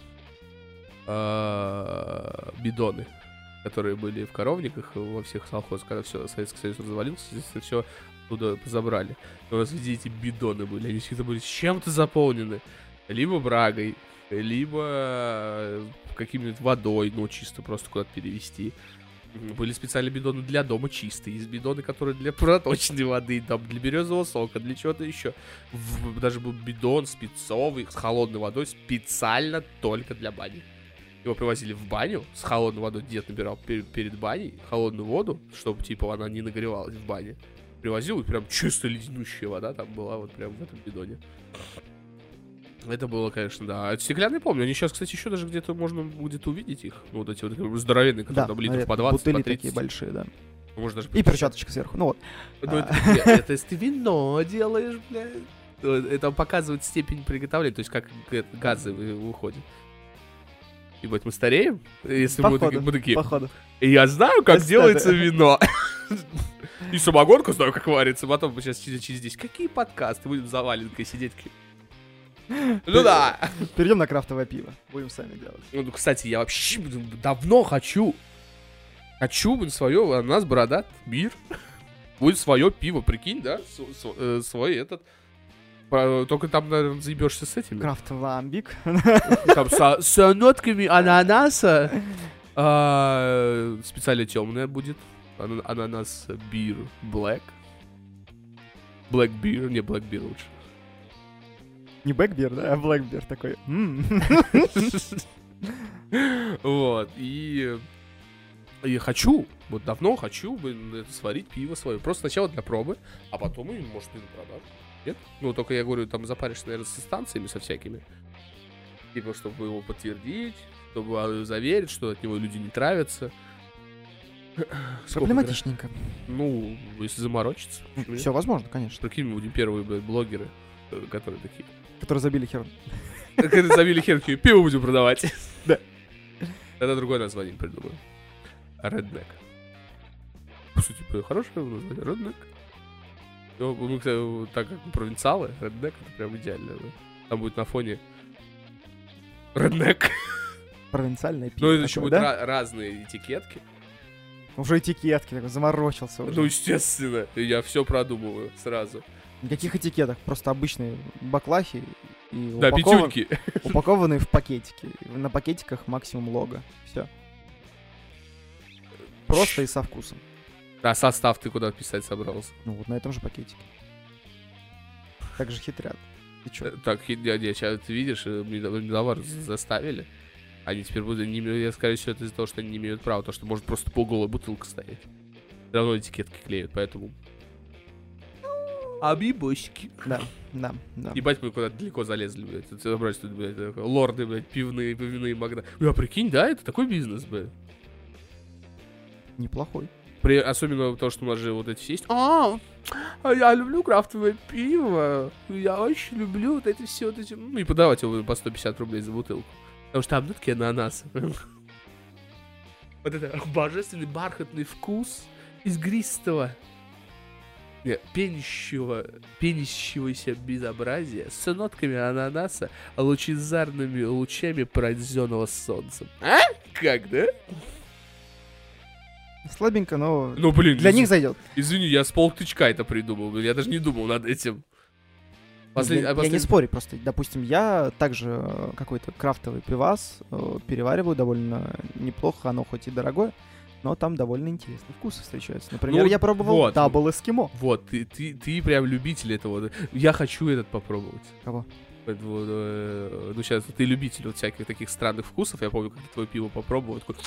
[SPEAKER 1] бидоны, которые были в коровниках во всех колхозах, когда все Советский Союз развалился, здесь все оттуда забрали. И у нас везде эти бидоны были, они всегда были чем-то заполнены. Либо брагой, либо каким-нибудь водой, ну, чисто просто куда-то перевести. Были специальные бидоны для дома чистые. Есть бидоны, которые для проточной воды, там, для березового сока, для чего-то еще. Даже был бидон спецовый с холодной водой специально только для бани. Его привозили в баню с холодной водой. Дед набирал перед баней холодную воду, чтобы, типа, она не нагревалась в бане. Привозил, и прям чисто леденущая вода там была вот прям в этом бидоне. Это было, конечно, да. А стеклянные помню. Они сейчас, кстати, еще даже где-то можно будет увидеть их. Ну, вот эти вот здоровенные, которые там литров по 20,
[SPEAKER 2] бутыли
[SPEAKER 1] по 30.
[SPEAKER 2] такие большие, да.
[SPEAKER 1] Может, даже
[SPEAKER 2] И перчаточка сверху. Ну вот.
[SPEAKER 1] Ну, это если ты вино делаешь, блядь. Это показывает степень приготовления, то есть как газы выходят. Ебать, мы стареем? Если мы такие,
[SPEAKER 2] Походу.
[SPEAKER 1] я знаю, как делается вино. И самогонку знаю, как варится. Потом мы сейчас через 10. Какие подкасты? Будем за валенкой сидеть. Ну да.
[SPEAKER 2] Перейдем на крафтовое пиво. Будем сами делать.
[SPEAKER 1] Ну, кстати, я вообще давно хочу, свое, у нас бородат мир. Будет свое пиво, прикинь, да? Свой этот. Только там, наверное, заебешься с этими.
[SPEAKER 2] Крафтовый ламбик.
[SPEAKER 1] Там с нотками ананаса. Специально темная будет. Ананас бир black. Black beer. Не, black beer лучше.
[SPEAKER 2] Не бэкбир, да, а блэкбир такой.
[SPEAKER 1] Вот, и хочу, вот давно хочу сварить пиво свое. Просто сначала для пробы, а потом, может, и на продажу. Нет? Ну, только я говорю, там запаришься, наверное, со станциями, со всякими. Типа, чтобы его подтвердить, чтобы заверить, что от него люди не травятся.
[SPEAKER 2] Проблематичненько.
[SPEAKER 1] Ну, если заморочиться.
[SPEAKER 2] Все возможно, конечно.
[SPEAKER 1] Прикинь, мы будем первые блогеры, которые такие.
[SPEAKER 2] Которые забили хер.
[SPEAKER 1] Когда забили херки, пиво будем продавать.
[SPEAKER 2] Да.
[SPEAKER 1] Тогда другое название придумаем. Redneck. Кстати, хорошее название. Redneck. Мы, кстати, так как мы провинциалы, Redneck это прям идеально. Там будет на фоне Redneck.
[SPEAKER 2] Провинциальное пиво.
[SPEAKER 1] Ну, это еще будут разные этикетки.
[SPEAKER 2] Уже этикетки, такой заморочился уже.
[SPEAKER 1] Ну, естественно. Я все продумываю сразу.
[SPEAKER 2] Никаких этикеток, просто обычные баклахи и
[SPEAKER 1] да, пятюньки.
[SPEAKER 2] Упакованные в пакетики. На пакетиках максимум лого. Все. Просто и со вкусом.
[SPEAKER 1] А состав ты куда писать собрался?
[SPEAKER 2] Ну вот на этом же пакетике. Так же хитрят. Ты чё?
[SPEAKER 1] Так, сейчас ты видишь, товар заставили. Они теперь будут, я скорее всего, это из-за того, что они не имеют права, то что может просто полголая бутылка стоять. Все равно этикетки клеют, поэтому... Абибосики.
[SPEAKER 2] Да.
[SPEAKER 1] Ебать, мы куда-то далеко залезли, блядь. Собрались тут, блядь, лорды, блядь, пивные магнаты. А прикинь, да, это такой бизнес, блядь.
[SPEAKER 2] Неплохой.
[SPEAKER 1] Особенно то, что у нас же вот эти все есть. Я люблю крафтовое пиво. Я очень люблю вот эти все вот эти... Ну и подавать его по 150 рублей за бутылку. Потому что там нотки ананаса. Вот это божественный бархатный вкус искристого, пенящегося безобразия с нотками ананаса, лучезарными лучами, пронзенного солнцем. Как, да?
[SPEAKER 2] Слабенько, но
[SPEAKER 1] Ну, блин,
[SPEAKER 2] для них зайдет.
[SPEAKER 1] извини, я с полтычка это придумал. Я даже не думал над этим.
[SPEAKER 2] Я не спорю, просто, допустим, я также какой-то крафтовый пивас перевариваю довольно неплохо, оно хоть и дорогое, но там довольно интересные вкусы встречаются. Например,
[SPEAKER 1] Ну,
[SPEAKER 2] я пробовал
[SPEAKER 1] вот.
[SPEAKER 2] дабл эскимо.
[SPEAKER 1] Вот, ты прям любитель этого. Я хочу этот попробовать.
[SPEAKER 2] Кого?
[SPEAKER 1] Ну, сейчас ты любитель вот всяких таких странных вкусов. Я помню, как твое пиво попробовал. Такой...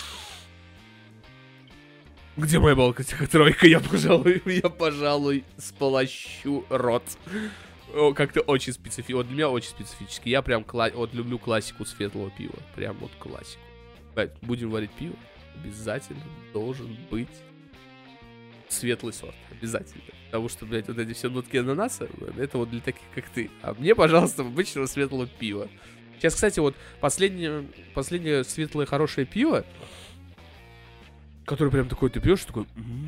[SPEAKER 1] Где моя балка-тройка? Я, пожалуй, сполощу рот. Как-то очень специфически. Вот для меня очень специфически. Я прям вот люблю классику светлого пива. Прям вот классику. Будем варить пиво. Обязательно должен быть светлый сорт. Обязательно. Потому что, блядь, вот эти все нотки ананаса, это вот для таких, как ты. А мне, пожалуйста, обычного светлого пива. Сейчас, кстати, вот последнее светлое хорошее пиво, которое прям такое ты пьешь, такой...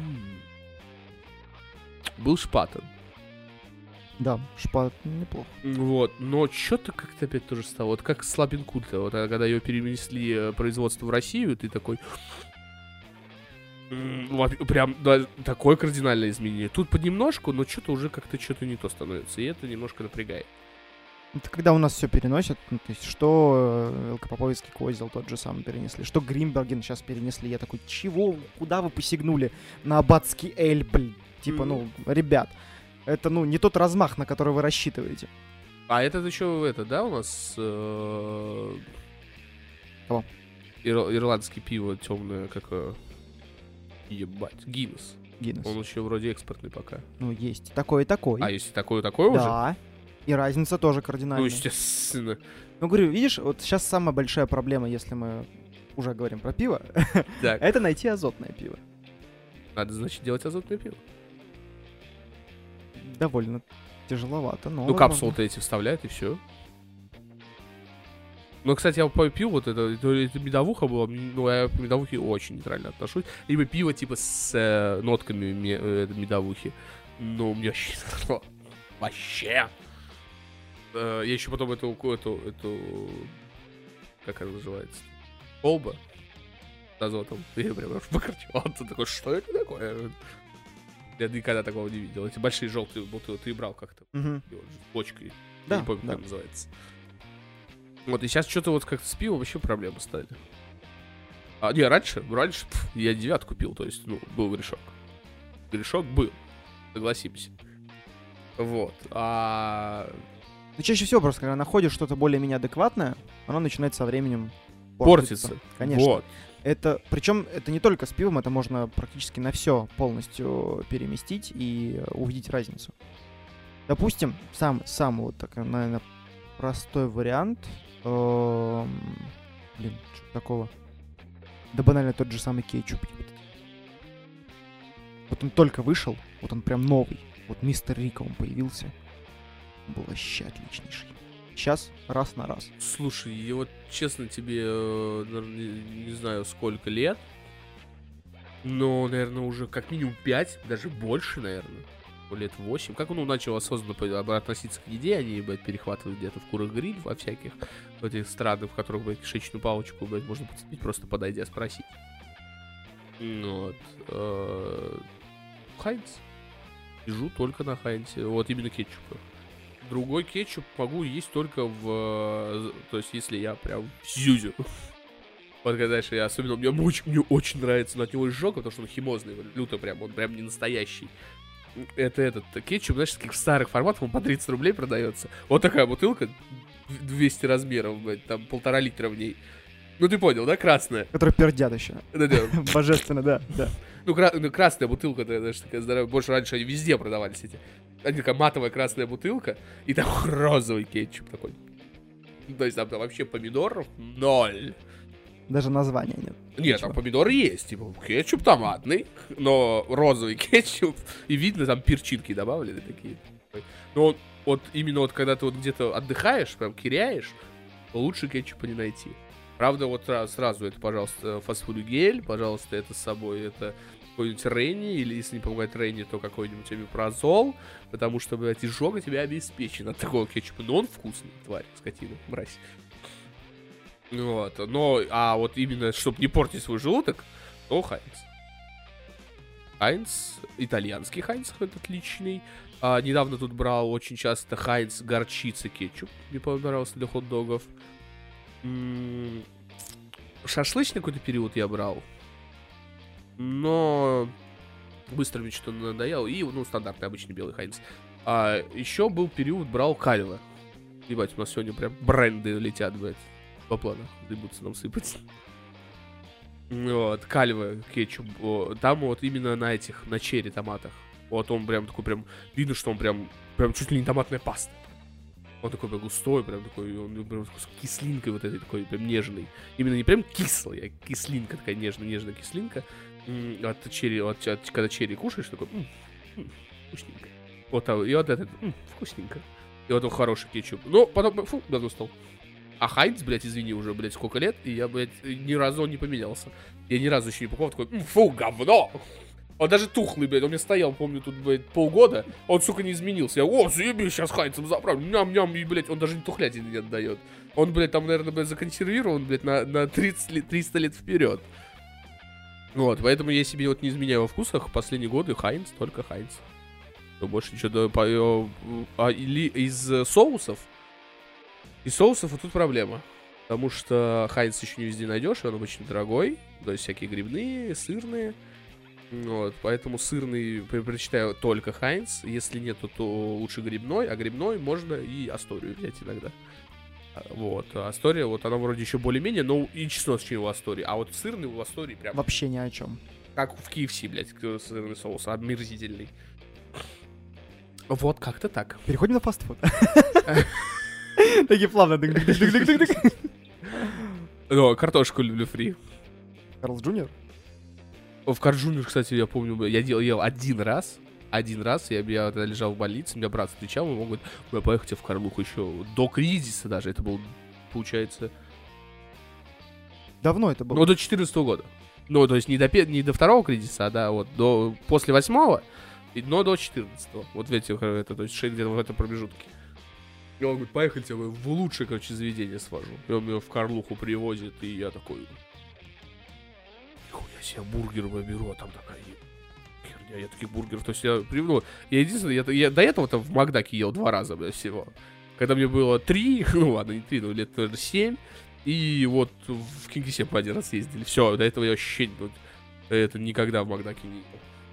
[SPEAKER 1] Был Шпатен.
[SPEAKER 2] Да, Шпат неплохо.
[SPEAKER 1] Вот, но что-то как-то опять тоже стало. Вот как с Лапин-Культа. Вот когда ее перенесли производство в Россию, ты такой... Прям да, такое кардинальное изменение. Тут понемножку, но что-то уже как-то что-то не то становится. И это немножко напрягает.
[SPEAKER 2] Это когда у нас все переносят, ну, то есть что Велкопоповицкий козел тот же самый перенесли, что Гримберген сейчас перенесли. Я такой, чего? Куда вы посягнули? На аббатский эль, блин. Типа, ну, ребят, это, ну, не тот размах, на который вы рассчитываете.
[SPEAKER 1] А это еще, да, у нас...
[SPEAKER 2] Кого?
[SPEAKER 1] Ирландское пиво темное, как... Ебать, Гиннес.
[SPEAKER 2] Гиннес.
[SPEAKER 1] Он еще вроде экспортный пока.
[SPEAKER 2] Ну, есть такой и такой.
[SPEAKER 1] А если такой уже?
[SPEAKER 2] Да. И разница тоже кардинальная.
[SPEAKER 1] Ну, естественно.
[SPEAKER 2] Ну, говорю, видишь, вот сейчас самая большая проблема, если мы уже говорим про пиво,
[SPEAKER 1] Так.
[SPEAKER 2] это найти азотное пиво.
[SPEAKER 1] Надо, значит, делать азотное пиво.
[SPEAKER 2] Довольно тяжеловато, но...
[SPEAKER 1] Ну, капсулы-то эти вставляют, и все. Ну, кстати, я пил вот это медовуха была, ну, я к медовухе очень нейтрально отношусь. Либо пиво, типа, с нотками медовухи. Ну, мне вообще. Я еще потом эту как она называется? Колба с азотом. Я прям покричал. Он такой, что это такое? Я никогда такого не видел. Эти большие желтые бутылки ты брал как-то. Бочкой.
[SPEAKER 2] Да,
[SPEAKER 1] я не помню, как это называется. Вот, и сейчас что-то вот как-то с пивом вообще проблемы стали. Не, раньше я 9 купил, то есть, ну, был грешок. Грешок был, согласимся. Вот,
[SPEAKER 2] Ну, чаще всего просто, когда находишь что-то более-менее адекватное, оно начинает со временем
[SPEAKER 1] портиться.
[SPEAKER 2] Конечно.
[SPEAKER 1] Вот.
[SPEAKER 2] Причем это не только с пивом, это можно практически на все полностью переместить и увидеть разницу. Допустим, сам вот такой, наверное, простой вариант. Что такого? Да банально тот же самый кетчуп. Вот он только вышел, вот он прям новый. Вот мистер Рика он появился. Он был вообще отличнейший. Сейчас раз на раз.
[SPEAKER 1] Слушай, я вот честно тебе, не знаю сколько лет, но, наверное, уже как минимум 5, даже больше, наверное. Лет 8. Как он начал осознанно относиться к еде, они, блядь, перехватывают где-то в курах гриль, во всяких в этих странах, в которых, блядь, кишечную палочку, блядь, можно подцепить, просто подойдя спросить. Вот. Хайнц. Сижу только на Хайнце. Вот именно кетчупа. Другой кетчуп могу есть только в... То есть, если я прям зюзю. Вот когда, знаешь, особенно мне очень нравится, но от него изжога, потому что он химозный, люто прям, он прям не настоящий. Это этот кетчуп, знаешь, таких старых форматов, он по 30 рублей продается. Вот такая бутылка, 200 размеров, блядь, там 1,5 литра в ней. Ну ты понял, да, красная?
[SPEAKER 2] Которые пердят еще.
[SPEAKER 1] Да-да.
[SPEAKER 2] Божественно, да.
[SPEAKER 1] Ну, красная бутылка, знаешь, такая здоровая. Больше раньше они везде продавались эти. Они такая матовая красная бутылка, и там розовый кетчуп такой. То есть там вообще помидоров 0.
[SPEAKER 2] Даже названия нет.
[SPEAKER 1] Нет, там помидоры есть, типа кетчуп томатный, но розовый кетчуп, и видно, там перчинки добавлены такие. Но вот именно вот когда ты вот где-то отдыхаешь, прям киряешь, лучше кетчупа не найти. Правда, вот сразу это, пожалуйста, фастфуд-гель, пожалуйста, это с собой, это какой-нибудь Ренни, или если не помогает Ренни, то какой-нибудь омепразол, потому что, блядь, изжога тебя обеспечен от такого кетчупа. Но он вкусный, тварь, скотина, мразь. Вот, но, а вот именно, чтобы не портить свой желудок, то Хайнц. Хайнц, итальянский Хайнц, это отличный. Недавно тут брал очень часто Хайнц горчица кетчуп. Мне понравился для хот-догов. Шашлычный какой-то период я брал. Но быстро мне что-то надоело. И, ну, стандартный обычный белый Хайнц. Еще был период, брал Кальве. Ебать, у нас сегодня прям бренды летят, блядь. По плану. Будут нам сыпать. Вот, Кальве кетчуп. Там вот именно на этих, на черри томатах. Вот он прям такой, прям, видно, что он прям чуть ли не томатная паста. Он такой прям густой, прям такой, он прям с кислинкой вот этой такой, прям нежный. Именно не прям кислый, а кислинка, такая нежная кислинка. От черри, когда черри кушаешь, такой, вкусненько. Вот, и вот этот, вкусненько. И вот он хороший кетчуп. Но потом, давно стал. А Хайнц, блядь, извини, уже, блядь, сколько лет, и я, блядь, ни разу он не поменялся. Я ни разу еще не покупал, такой, фу, говно! Он даже тухлый, блядь, он мне стоял, помню, тут, блядь, полгода, он, сука, не изменился. Я, заебись, сейчас Хайнцем заправлю, ням-ням, и, блядь, он даже не тухлятины не отдает. Он, блядь, там, наверное, блядь, законсервирован, блядь, на 300 лет вперед. Вот, поэтому я себе вот не изменяю во вкусах. Последние годы Хайнц, только Хайнц. Больше ничего. Или из соусов. Из соусов вот тут проблема. Потому что Хайнц еще не везде найдешь, он обычно дорогой. То есть всякие грибные, сырные. Вот, поэтому сырный предпочитаю только Хайнц. Если нет, то лучше грибной. А грибной можно и Асторию взять иногда. Вот, Астория, вот она вроде еще более-менее, но и чесночный у Астории. А вот сырный у Астории прям...
[SPEAKER 2] Вообще ни о чем.
[SPEAKER 1] Как в KFC, блядь, сырный соус, омерзительный. Вот, как-то так.
[SPEAKER 2] Переходим на фастфуд. Такие плавно.
[SPEAKER 1] Но картошку люблю фри.
[SPEAKER 2] Карлс Джуниор?
[SPEAKER 1] В Карл Джуниор, кстати, я помню, я ел один раз. Я тогда лежал в больнице, меня брат встречал, и он говорит, поехали в Карлуху еще до кризиса даже. Это был, получается...
[SPEAKER 2] Давно это было?
[SPEAKER 1] Ну, до 14 года. Ну, то есть не до второго кризиса, а да, вот после 8-го, но до 14-го. Вот в этих, то есть где-то в этом промежутке. И он говорит, поехали, я в лучшее, короче, заведение свожу. И он меня в Карлуху привозит, и я такой... Нихуя себе, бургер беру, а там такая... Херня, я таких бургеров... То есть я единственное, я до этого там в Макдаке ел 2 раза, блядь, всего. Когда мне было 3, ну ладно, не 3, но лет, наверное, 7. И вот в Кингисе по 1 раз ездили. Все, до этого я вообще это никогда в Макдаке не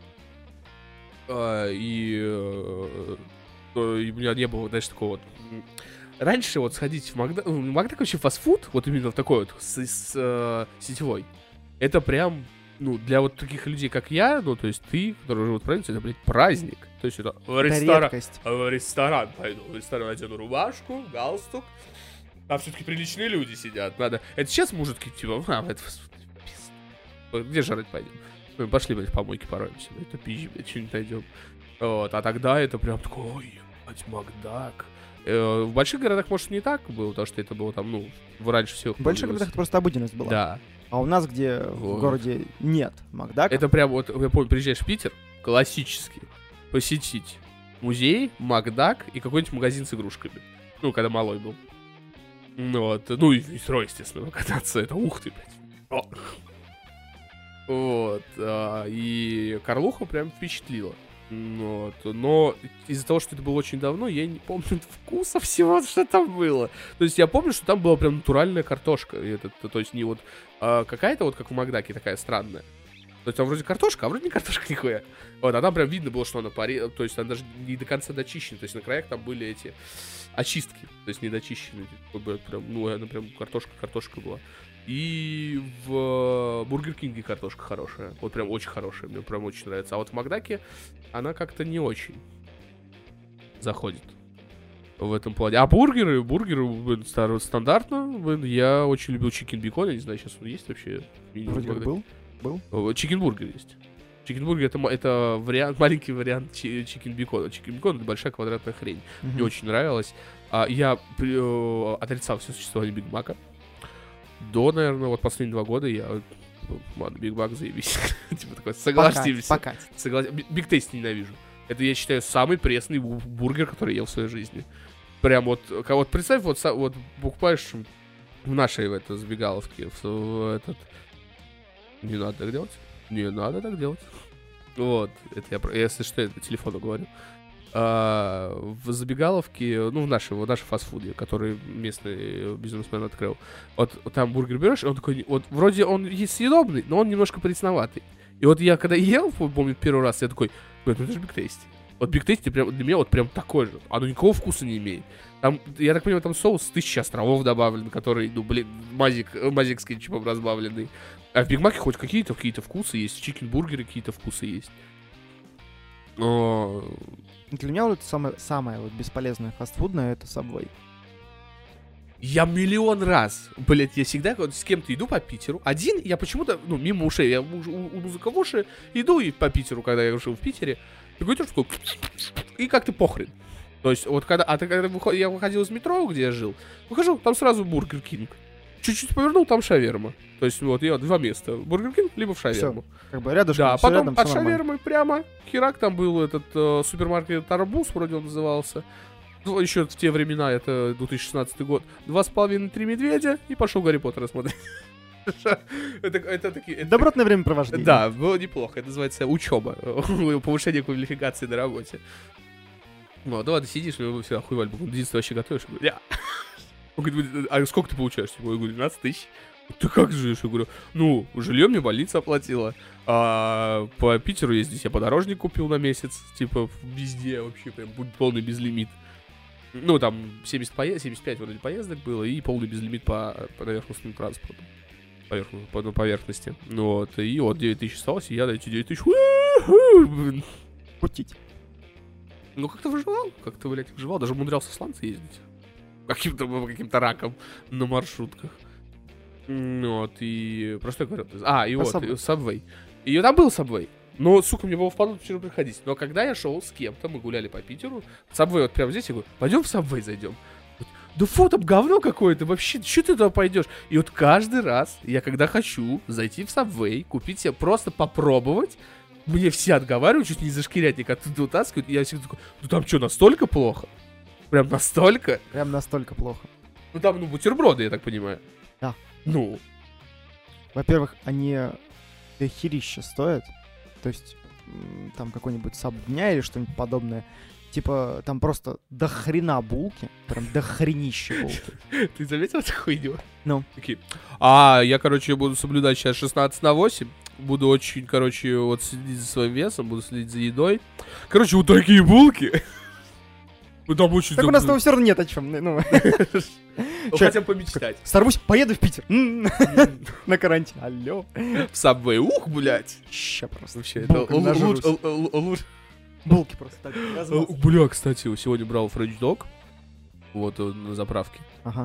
[SPEAKER 1] ел. И у меня не было, знаешь, такого вот... Раньше вот сходить в Макдак... Макдак вообще фастфуд, вот именно в такой вот, сетевой. Это прям, ну, для вот таких людей, как я, ну, то есть ты, которые живут в провинции, это, блядь, праздник. То есть это в ресторан пойду. В ресторан одену рубашку, галстук. Там все-таки приличные люди сидят. Надо... Это сейчас мужики, типа, это... Где жрать пойдем? Мы пошли, блядь, в помойке пороемся. Это пизжи, блядь, что-нибудь найдем. Вот, а тогда это прям такой, ой, ебать, Макдак. В больших городах, может, не так было, потому что это было там, ну, раньше всего.
[SPEAKER 2] В больших городах это просто обыденность была.
[SPEAKER 1] Да.
[SPEAKER 2] А у нас, где в городе нет Макдака...
[SPEAKER 1] Это прям вот, я помню, приезжаешь в Питер, классически, посетить музей, Макдак и какой-нибудь магазин с игрушками. Ну, когда малой был. Вот, ну и метро, естественно, кататься, это ух ты, блядь. Вот, и Карлуха прям впечатлила. Вот. Но из-за того, что это было очень давно, я не помню вкуса всего, что там было. То есть я помню, что там была прям натуральная картошка. То есть не вот какая-то вот, как в Макдаке, такая странная. То есть там вроде картошка, а вроде не картошка нихуя. Вот, а там прям видно было, что она то есть она даже не до конца дочищена. То есть на краях там были эти очистки. То есть не дочищенные. Прям, ну, она прям картошка была. И в Бургер Кинге картошка хорошая. Вот прям очень хорошая, мне прям очень нравится. А вот в Макдаке она как-то не очень заходит в этом плане. А бургеры стандартно. Я очень любил чикен-бекон. Я не знаю, сейчас он есть вообще.
[SPEAKER 2] Вроде как был.
[SPEAKER 1] Чикен-бургер есть. Чикен-бургер это вариант, маленький вариант чикен-бекона. Чикен-бекон — это большая квадратная хрень. Мне очень нравилось. Я отрицал все существование Биг Мака. До, наверное, вот последние 2 года я... Ладно, Биг Мак, заебись. Типа такой, согласимся. Биг Тейст ненавижу. Это, я считаю, самый пресный бургер, который я ел в своей жизни. Прям вот представь, вот покупаешь В нашей в этой забегаловке. В этот... Не надо так делать. Не надо так делать. Вот. Это я, если что, я по телефону говорю. В забегаловке, ну, в нашем фастфуде, который местный бизнесмен открыл. Вот там бургер берешь, и он такой, вот вроде он есть съедобный, но он немножко пресноватый. И вот я когда ел, помню, первый раз, я такой, ну это же Big Tasty. Вот Big Tasty прям, для меня вот прям такой же. Оно никакого вкуса не имеет. Там, я так понимаю, там соус 1000 островов добавлен, который, ну, блин, мазик с кетчупом разбавленный. А в Биг Маке хоть какие-то вкусы есть, в чикен-бургере какие-то вкусы есть.
[SPEAKER 2] Для меня вот самое вот бесполезное фастфудное — это Subway.
[SPEAKER 1] Я миллион раз, блядь, я всегда вот с кем-то иду по Питеру. Один, я почему-то, ну, мимо ушей, я у музыка в уши, иду и по Питеру, когда я жил в Питере, такой тоже такой, и как-то похрен. То есть, вот когда, я выходил из метро, где я жил, выхожу, там сразу Бургер Кинг. Чуть-чуть повернул, там шаверма. То есть, вот, я 2 места. Бургер Кинг, либо в шаверму.
[SPEAKER 2] Всё, как бы рядышком,
[SPEAKER 1] да,
[SPEAKER 2] всё
[SPEAKER 1] потом
[SPEAKER 2] рядом,
[SPEAKER 1] от
[SPEAKER 2] всё нормально.
[SPEAKER 1] шавермы прямо херак, там был этот супермаркет Арбуз, вроде он назывался. Ну, еще в те времена, это 2016 год. 2,5-3 медведя, и пошел Гарри Поттера смотреть. Это такие...
[SPEAKER 2] Добротное времяпровождение.
[SPEAKER 1] Да, было неплохо. Это называется учеба. Повышение квалификации на работе. Ну, да ладно, сидишь, и мы все охуевали. Единственное, вообще готовишь? Я говорю, он говорит, а сколько ты получаешь? Я говорю, 12 тысяч. Ты как живешь? Я говорю, ну, жилье мне больница оплатила. А по Питеру ездить я подорожник купил на месяц. Типа, везде вообще прям будет полный безлимит. Ну, там 75 вроде поездок было, и полный безлимит по поверхностному транспорту. По поверхности. Ну вот, и вот 9 тысяч осталось, и я на эти 9 тысяч...
[SPEAKER 2] Путить.
[SPEAKER 1] Ну, как-то выживал, даже умудрялся в сланцы ездить. Каким-то раком на маршрутках. Ну вот, и... Про что я говорил? И вот, Subway. И там был Subway. Но, сука, мне было впадло вчера приходить. Но когда я шел с кем-то, мы гуляли по Питеру, Subway вот прямо здесь, я говорю, пойдем в Subway зайдем. Да фу, там говно какое-то, вообще, что ты туда пойдешь? И вот каждый раз, я когда хочу зайти в Subway, купить себе, просто попробовать, мне все отговаривают, чуть не за шкирятник оттуда утаскивают, и я всегда такой, ну там что, настолько плохо? Прям настолько?
[SPEAKER 2] Прям настолько плохо.
[SPEAKER 1] Ну там, ну, бутерброды, я так понимаю.
[SPEAKER 2] Да.
[SPEAKER 1] Ну.
[SPEAKER 2] Во-первых, они дохерища стоят. То есть, там какой-нибудь саб дня или что-нибудь подобное. Типа, там просто до хрена булки. Прям до хренища булки.
[SPEAKER 1] Ты заметил эту хуйню?
[SPEAKER 2] Ну.
[SPEAKER 1] Такие. Я, короче, буду соблюдать сейчас 16/8. Буду очень, короче, вот следить за своим весом, буду следить за едой. Короче, вот такие булки. Ну, там очень...
[SPEAKER 2] Так у нас все равно нет о чем. Ну,
[SPEAKER 1] хотя помечтать.
[SPEAKER 2] Сорвусь, поеду в Питер. На карантин. Алло.
[SPEAKER 1] В Subway. Ух, блядь.
[SPEAKER 2] Ща просто.
[SPEAKER 1] Вообще, это лучше.
[SPEAKER 2] Булки просто так.
[SPEAKER 1] Бля, кстати, сегодня брал French Dog. Вот на заправке.
[SPEAKER 2] Ага.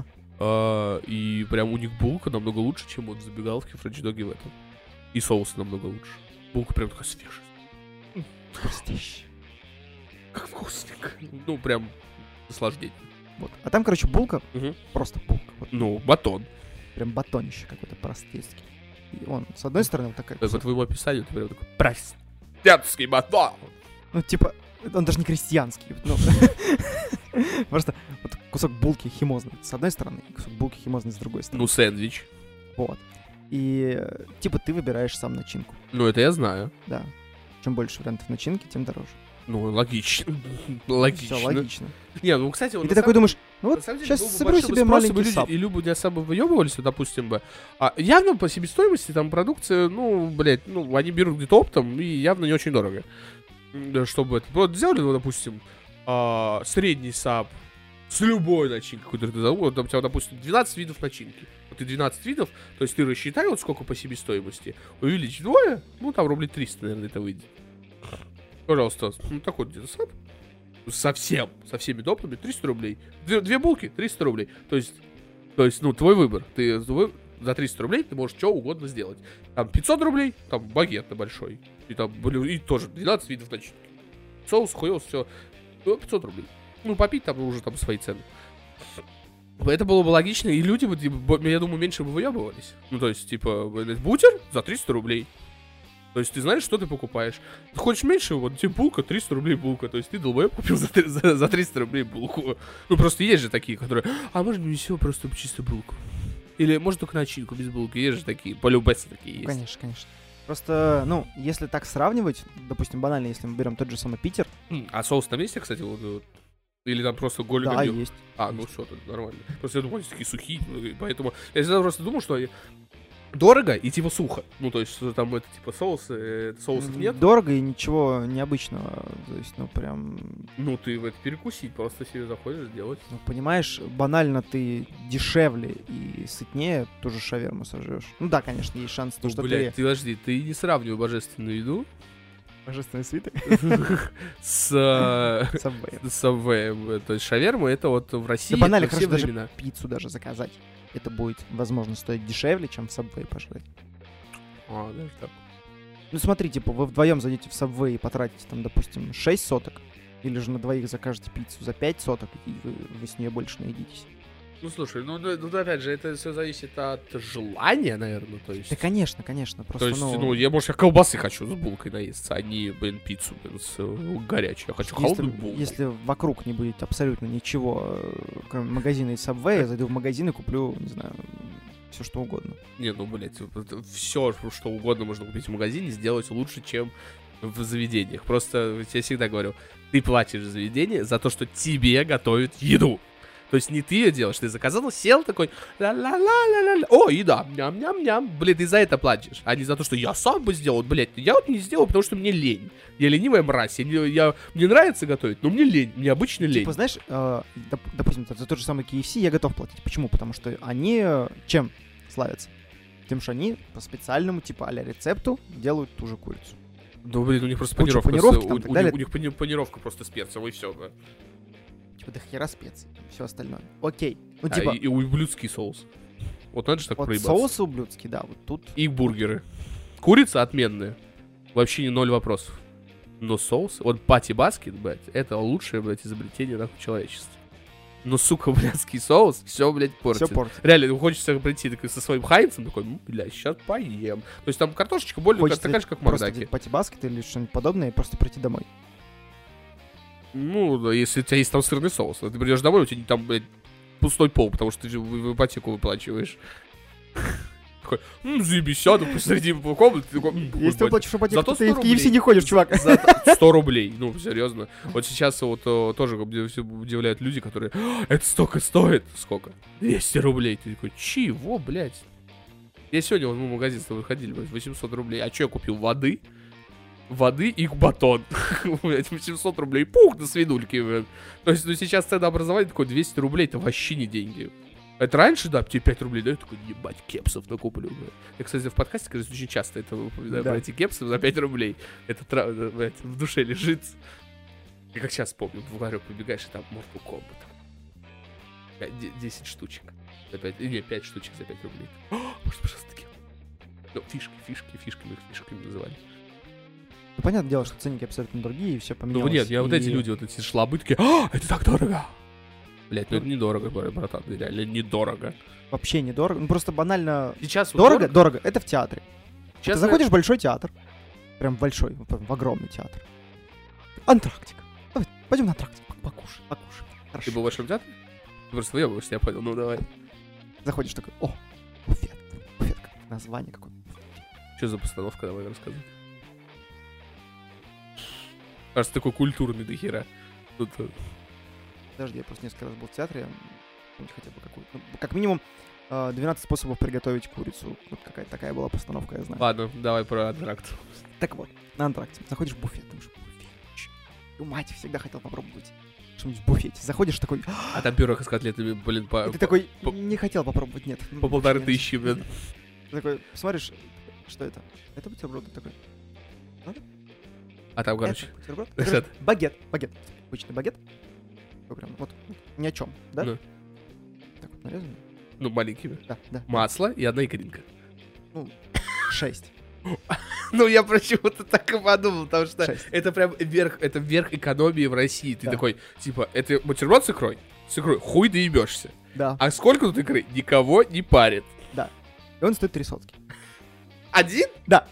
[SPEAKER 1] И прям у них булка намного лучше, чем вот в забегаловке French Dog в этом. И соус намного лучше. Булка прям такая свежая.
[SPEAKER 2] Хрустящая.
[SPEAKER 1] Как вкусненько. Ну, прям наслаждение.
[SPEAKER 2] Вот. А там, короче, булка. Просто булка. Вот.
[SPEAKER 1] Ну, батон.
[SPEAKER 2] Прям батонище какой-то простецкий. И он, с одной стороны, вот такая...
[SPEAKER 1] По твоему описанию, ты прям такой простецкий батон.
[SPEAKER 2] Ну, типа, он даже не крестьянский. Ну, просто вот кусок булки химозный с одной стороны, и кусок булки химозный с другой стороны.
[SPEAKER 1] Ну, сэндвич.
[SPEAKER 2] Вот. И, типа, ты выбираешь сам начинку.
[SPEAKER 1] Ну, это я знаю.
[SPEAKER 2] Да. Чем больше вариантов начинки, тем дороже.
[SPEAKER 1] Ну, логично.
[SPEAKER 2] Все логично.
[SPEAKER 1] Не, ну, кстати...
[SPEAKER 2] И ты такой думаешь, ну вот, сейчас соберу себе маленький саб.
[SPEAKER 1] И люди особо выебывались, допустим, бы. Явно по себестоимости там продукция, ну, блядь, ну, они берут где-то оптом, и явно не очень дорого. Чтобы это... Вот взяли, ну, допустим, средний саб с любой начинкой, которую ты забыл. Вот, у тебя, допустим, 12 видов начинки. Вот и 12 видов, то есть ты рассчитай, вот сколько по себестоимости. Увеличь вдвое, ну, там рублей 300, наверное, это выйдет. Пожалуйста, ну, такой где-то саб. Со всеми допами 300 рублей. Две булки 300 рублей. То есть, ну, твой выбор. Ты за 300 рублей ты можешь что угодно сделать. Там 500 рублей, там багет большой. И там, и тоже 12 видов начинки. Соус, хуёс, все. 500 рублей. Ну, попить там уже там свои цены. Это было бы логично, и люди, я думаю, меньше бы выебывались. Ну, то есть, типа, бутер за 300 рублей. То есть ты знаешь, что ты покупаешь. Ты хочешь меньше, вот тебе булка, 300 рублей булка. То есть ты, долбоеб, купил за 300 рублей булку. Ну просто есть же такие, которые, можно мне всего просто чисто булку. Или может только начинку без булки? Есть же такие, полюбесы такие есть.
[SPEAKER 2] Конечно, конечно. Просто, ну, если так сравнивать, допустим, банально, если мы берем тот же самый Питер,
[SPEAKER 1] А соус там есть, кстати? Вот? Или там просто голь
[SPEAKER 2] да,
[SPEAKER 1] говнюк?
[SPEAKER 2] есть.
[SPEAKER 1] Ну все, тут нормально. Просто я думал, они такие сухие, поэтому... Я всегда просто думал, что дорого и типа сухо. Ну, то есть, что там это типа соусы, соусов нет.
[SPEAKER 2] Дорого и ничего необычного. То есть, ну, прям...
[SPEAKER 1] Ну, ты в это перекусить, просто себе заходишь делать.
[SPEAKER 2] Ну, понимаешь, банально ты дешевле и сытнее ту же шаверму сожрешь. Ну да, конечно, есть шанс, что
[SPEAKER 1] Блядь, ты подожди, ты не сравнивай божественную еду
[SPEAKER 2] Божественный свиток.
[SPEAKER 1] с
[SPEAKER 2] Subway.
[SPEAKER 1] Subway. То есть шаверма это вот в России
[SPEAKER 2] Да банально,
[SPEAKER 1] это все
[SPEAKER 2] хорошо,
[SPEAKER 1] времена.
[SPEAKER 2] даже пиццу даже заказать. Это будет, возможно, стоить дешевле, чем в Subway пожрать.
[SPEAKER 1] Даже так.
[SPEAKER 2] Ну смотри, типа, вы вдвоем зайдете в Subway и потратите там, допустим, 6 соток, или же на двоих закажете пиццу за 5 соток, и вы с нее больше наедитесь.
[SPEAKER 1] Ну, слушай, ну опять же, это все зависит от желания, наверное, то есть...
[SPEAKER 2] Да, конечно, просто,
[SPEAKER 1] То есть, я колбасы хочу с булкой наесться, а не, пиццу, с горячей. Я хочу холодную булку.
[SPEAKER 2] Если вокруг не будет абсолютно ничего, кроме магазина и Subway, я зайду в магазин и куплю, не знаю, все что угодно.
[SPEAKER 1] Не, блядь, все, что угодно можно купить в магазине, сделать лучше, чем в заведениях. Просто я всегда говорю, ты платишь за заведение за то, что тебе готовят еду. То есть не ты ее делаешь, ты заказал, сел такой, ла-ла-ла-ла-ла, о, еда, ням-ням-ням, блин, ты за это платишь, а не за то, что я сам бы сделал, блядь, я вот не сделал, потому что мне лень, я ленивая мразь, мне нравится готовить, но мне лень, мне обычно лень.
[SPEAKER 2] Типа, знаешь, допустим, за тот же самый KFC я готов платить, почему? Потому что они чем славятся? Тем, что они по специальному, типа, а-ля рецепту делают ту же курицу.
[SPEAKER 1] Да, блин, у них просто
[SPEAKER 2] Куча
[SPEAKER 1] панировка,
[SPEAKER 2] панировки там и так далее.
[SPEAKER 1] у них панировка просто с перцем, и все, да.
[SPEAKER 2] Типа, до хера специй, все остальное. Окей. Ну, типа...
[SPEAKER 1] И ублюдский соус. Вот надо же так
[SPEAKER 2] вот
[SPEAKER 1] проебаться.
[SPEAKER 2] соус ублюдский, да, вот тут...
[SPEAKER 1] И бургеры. Курица отменная. Вообще ноль вопросов. Но соус... Вот пати баскет, блядь, это лучшее, блядь, изобретение нахуй человечества. Но, сука, блядский соус все, блядь, портит.
[SPEAKER 2] Все портит.
[SPEAKER 1] Реально, хочется прийти такой, со своим хайнцем, такой, блядь, сейчас поем. То есть там картошечка больно, такая же, как в Макдаке.
[SPEAKER 2] Просто пати-баскет или что-нибудь подобное и просто прийти домой.
[SPEAKER 1] Ну, да, если у тебя есть там сырный соус, ты придешь домой, у тебя там, блядь, пустой пол, потому что ты в ипотеку выплачиваешь. Такой, заебись, сяду посреди комнаты.
[SPEAKER 2] Если ты платишь ипотеку,
[SPEAKER 1] Зато
[SPEAKER 2] ты
[SPEAKER 1] 100
[SPEAKER 2] в KFC не ходишь, чувак.
[SPEAKER 1] 100 рублей, ну, серьезно. Вот сейчас вот тоже удивляют люди, которые, это столько стоит. Сколько? 200 рублей. Ты такой, чего, блядь? Я сегодня в магазин с тобой ходили, 800 рублей. А что я купил? Воды и батон. 800 рублей. Пух, до свидульки, блядь. То есть, сейчас ценообразование такое 200 рублей, это вообще не деньги. Это раньше, да, тебе 5 рублей дают, такой, ебать, кепсов накуплю. Блядь. Я, кстати, в подкасте, кажется, очень часто это упоминаю, про эти кепсы за 5 рублей. Это, блядь, в душе лежит. Я как сейчас помню, в ларек побегаешь, и там Mortal Kombat. 10 штучек. За 5, не, 5 штучек за 5 рублей. Может, пожалуйста, кепы. Ну, фишками их фишками называли.
[SPEAKER 2] Ну, понятное дело, что ценники абсолютно другие, и все поменялось.
[SPEAKER 1] Ну, нет, я вот эти люди, вот эти шлабы, такие, это так дорого. Блять, ну это недорого, братан, реально недорого.
[SPEAKER 2] Вообще недорого, ну просто банально...
[SPEAKER 1] Сейчас
[SPEAKER 2] дорого, дорого, это в театре.
[SPEAKER 1] Сейчас
[SPEAKER 2] ты заходишь в большой театр, прям большой, в огромный театр. Антарктика. Давай, пойдем на Антарктику, покушай.
[SPEAKER 1] Хорошо. Ты был в большом театре? Ты просто въебываешься, я понял, ну давай.
[SPEAKER 2] Заходишь такой, буфет, название какое.
[SPEAKER 1] Что за постановка, давай рассказывай. Кажется, такой культурный до хера. Тут...
[SPEAKER 2] Подожди, я просто несколько раз был в театре, хотя бы какую-то. Ну, как минимум 12 способов приготовить курицу. Вот какая-то такая была постановка, я знаю.
[SPEAKER 1] Ладно, давай про Антракт.
[SPEAKER 2] Так вот, на Антракте. Заходишь в буфет, там же буфет. Мать, всегда хотел попробовать что-нибудь в буфете. Заходишь такой...
[SPEAKER 1] А там пирог с котлетами, блин, по...
[SPEAKER 2] И ты такой, не хотел попробовать, нет.
[SPEAKER 1] По 1500, блин.
[SPEAKER 2] Ты такой, смотришь, что это? Это бутерброд, ты такой...
[SPEAKER 1] А там, короче...
[SPEAKER 2] Багет. Обычный багет. Прям вот ни о чем, да?
[SPEAKER 1] Ну.
[SPEAKER 2] Так вот нарезано.
[SPEAKER 1] Ну, маленькими.
[SPEAKER 2] Да.
[SPEAKER 1] Масло и одна икринка.
[SPEAKER 2] Ну, 6.
[SPEAKER 1] Ну, я почему-то так и подумал, потому что
[SPEAKER 2] 6.
[SPEAKER 1] это прям верх экономии в России. Ты такой, типа, это бутерброд с икрой? С икрой, хуй ты ебешься.
[SPEAKER 2] Да.
[SPEAKER 1] А сколько тут икры? Никого не парит.
[SPEAKER 2] Да. И он стоит 3 сотки.
[SPEAKER 1] Один?
[SPEAKER 2] Да.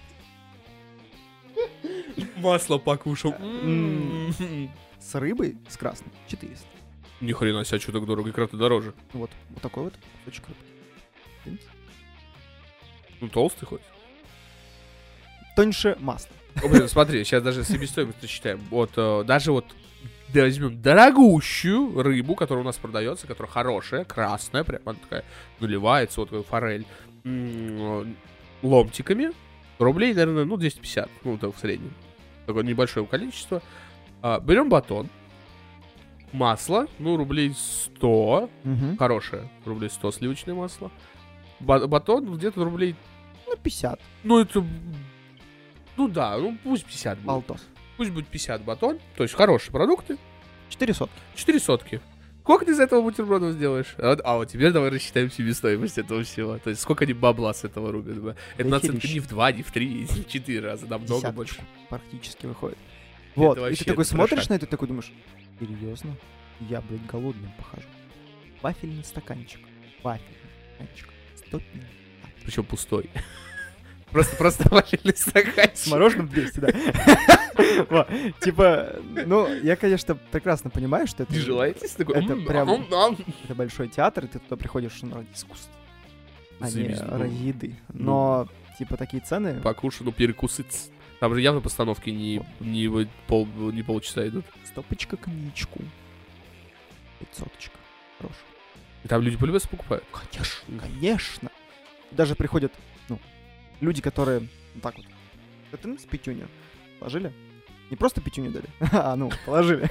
[SPEAKER 1] Масло покушал.
[SPEAKER 2] С рыбой, с красной, 400.
[SPEAKER 1] Ни хрена себе, что так дорого, икра-то дороже.
[SPEAKER 2] Вот такой вот кусочек рыбы.
[SPEAKER 1] Ну, толстый хоть.
[SPEAKER 2] Тоньше масла.
[SPEAKER 1] О, блин, смотри, сейчас даже себестоимость считаем. Вот, даже вот возьмем дорогущую рыбу, которая у нас продается, которая хорошая, красная, прям она такая наливается, вот форель, ломтиками, рублей, наверное, ну, 250, ну, так в среднем. Такое небольшое количество. Берем батон, масло, ну, рублей 100, хорошее, рублей 100 сливочное масло. Батон где-то рублей...
[SPEAKER 2] Ну, 50.
[SPEAKER 1] Ну, это... Ну, да, ну, пусть 50 будет.
[SPEAKER 2] Алтос.
[SPEAKER 1] Пусть будет 50 батон, то есть хорошие продукты.
[SPEAKER 2] 4 сотки.
[SPEAKER 1] 4 сотки. Сколько ты из этого бутербродов сделаешь? Вот теперь давай рассчитаем себестоимость этого всего. То есть сколько они бабла с этого рубят. Это наценка не в 2, не в 3, не в 4 раза, намного больше.
[SPEAKER 2] Практически выходит. Вот, и ты такой смотришь
[SPEAKER 1] трошак.
[SPEAKER 2] на это, и такой думаешь, серьезно? Я, блядь, голодным похожу. Вафельный стаканчик. Вафельный стаканчик. 150.
[SPEAKER 1] Причем пустой. Просто вафельный стаканчик.
[SPEAKER 2] С мороженым 200, да. Типа, ну, я, конечно, прекрасно понимаю, что это...
[SPEAKER 1] Не желаете?
[SPEAKER 2] Это прям... Это большой театр, и ты туда приходишь ради искусства, а не ради еды. Но, типа, такие цены...
[SPEAKER 1] Покушай, ну, перекусыть. Там же явно постановки не полчаса идут.
[SPEAKER 2] Стопочка коньячку. 500. Хорошо.
[SPEAKER 1] И там люди по-любому покупают.
[SPEAKER 2] Конечно. Даже приходят, ну, люди, которые вот так вот. Это с пятюню положили. Не просто пятюню дали, ну, положили.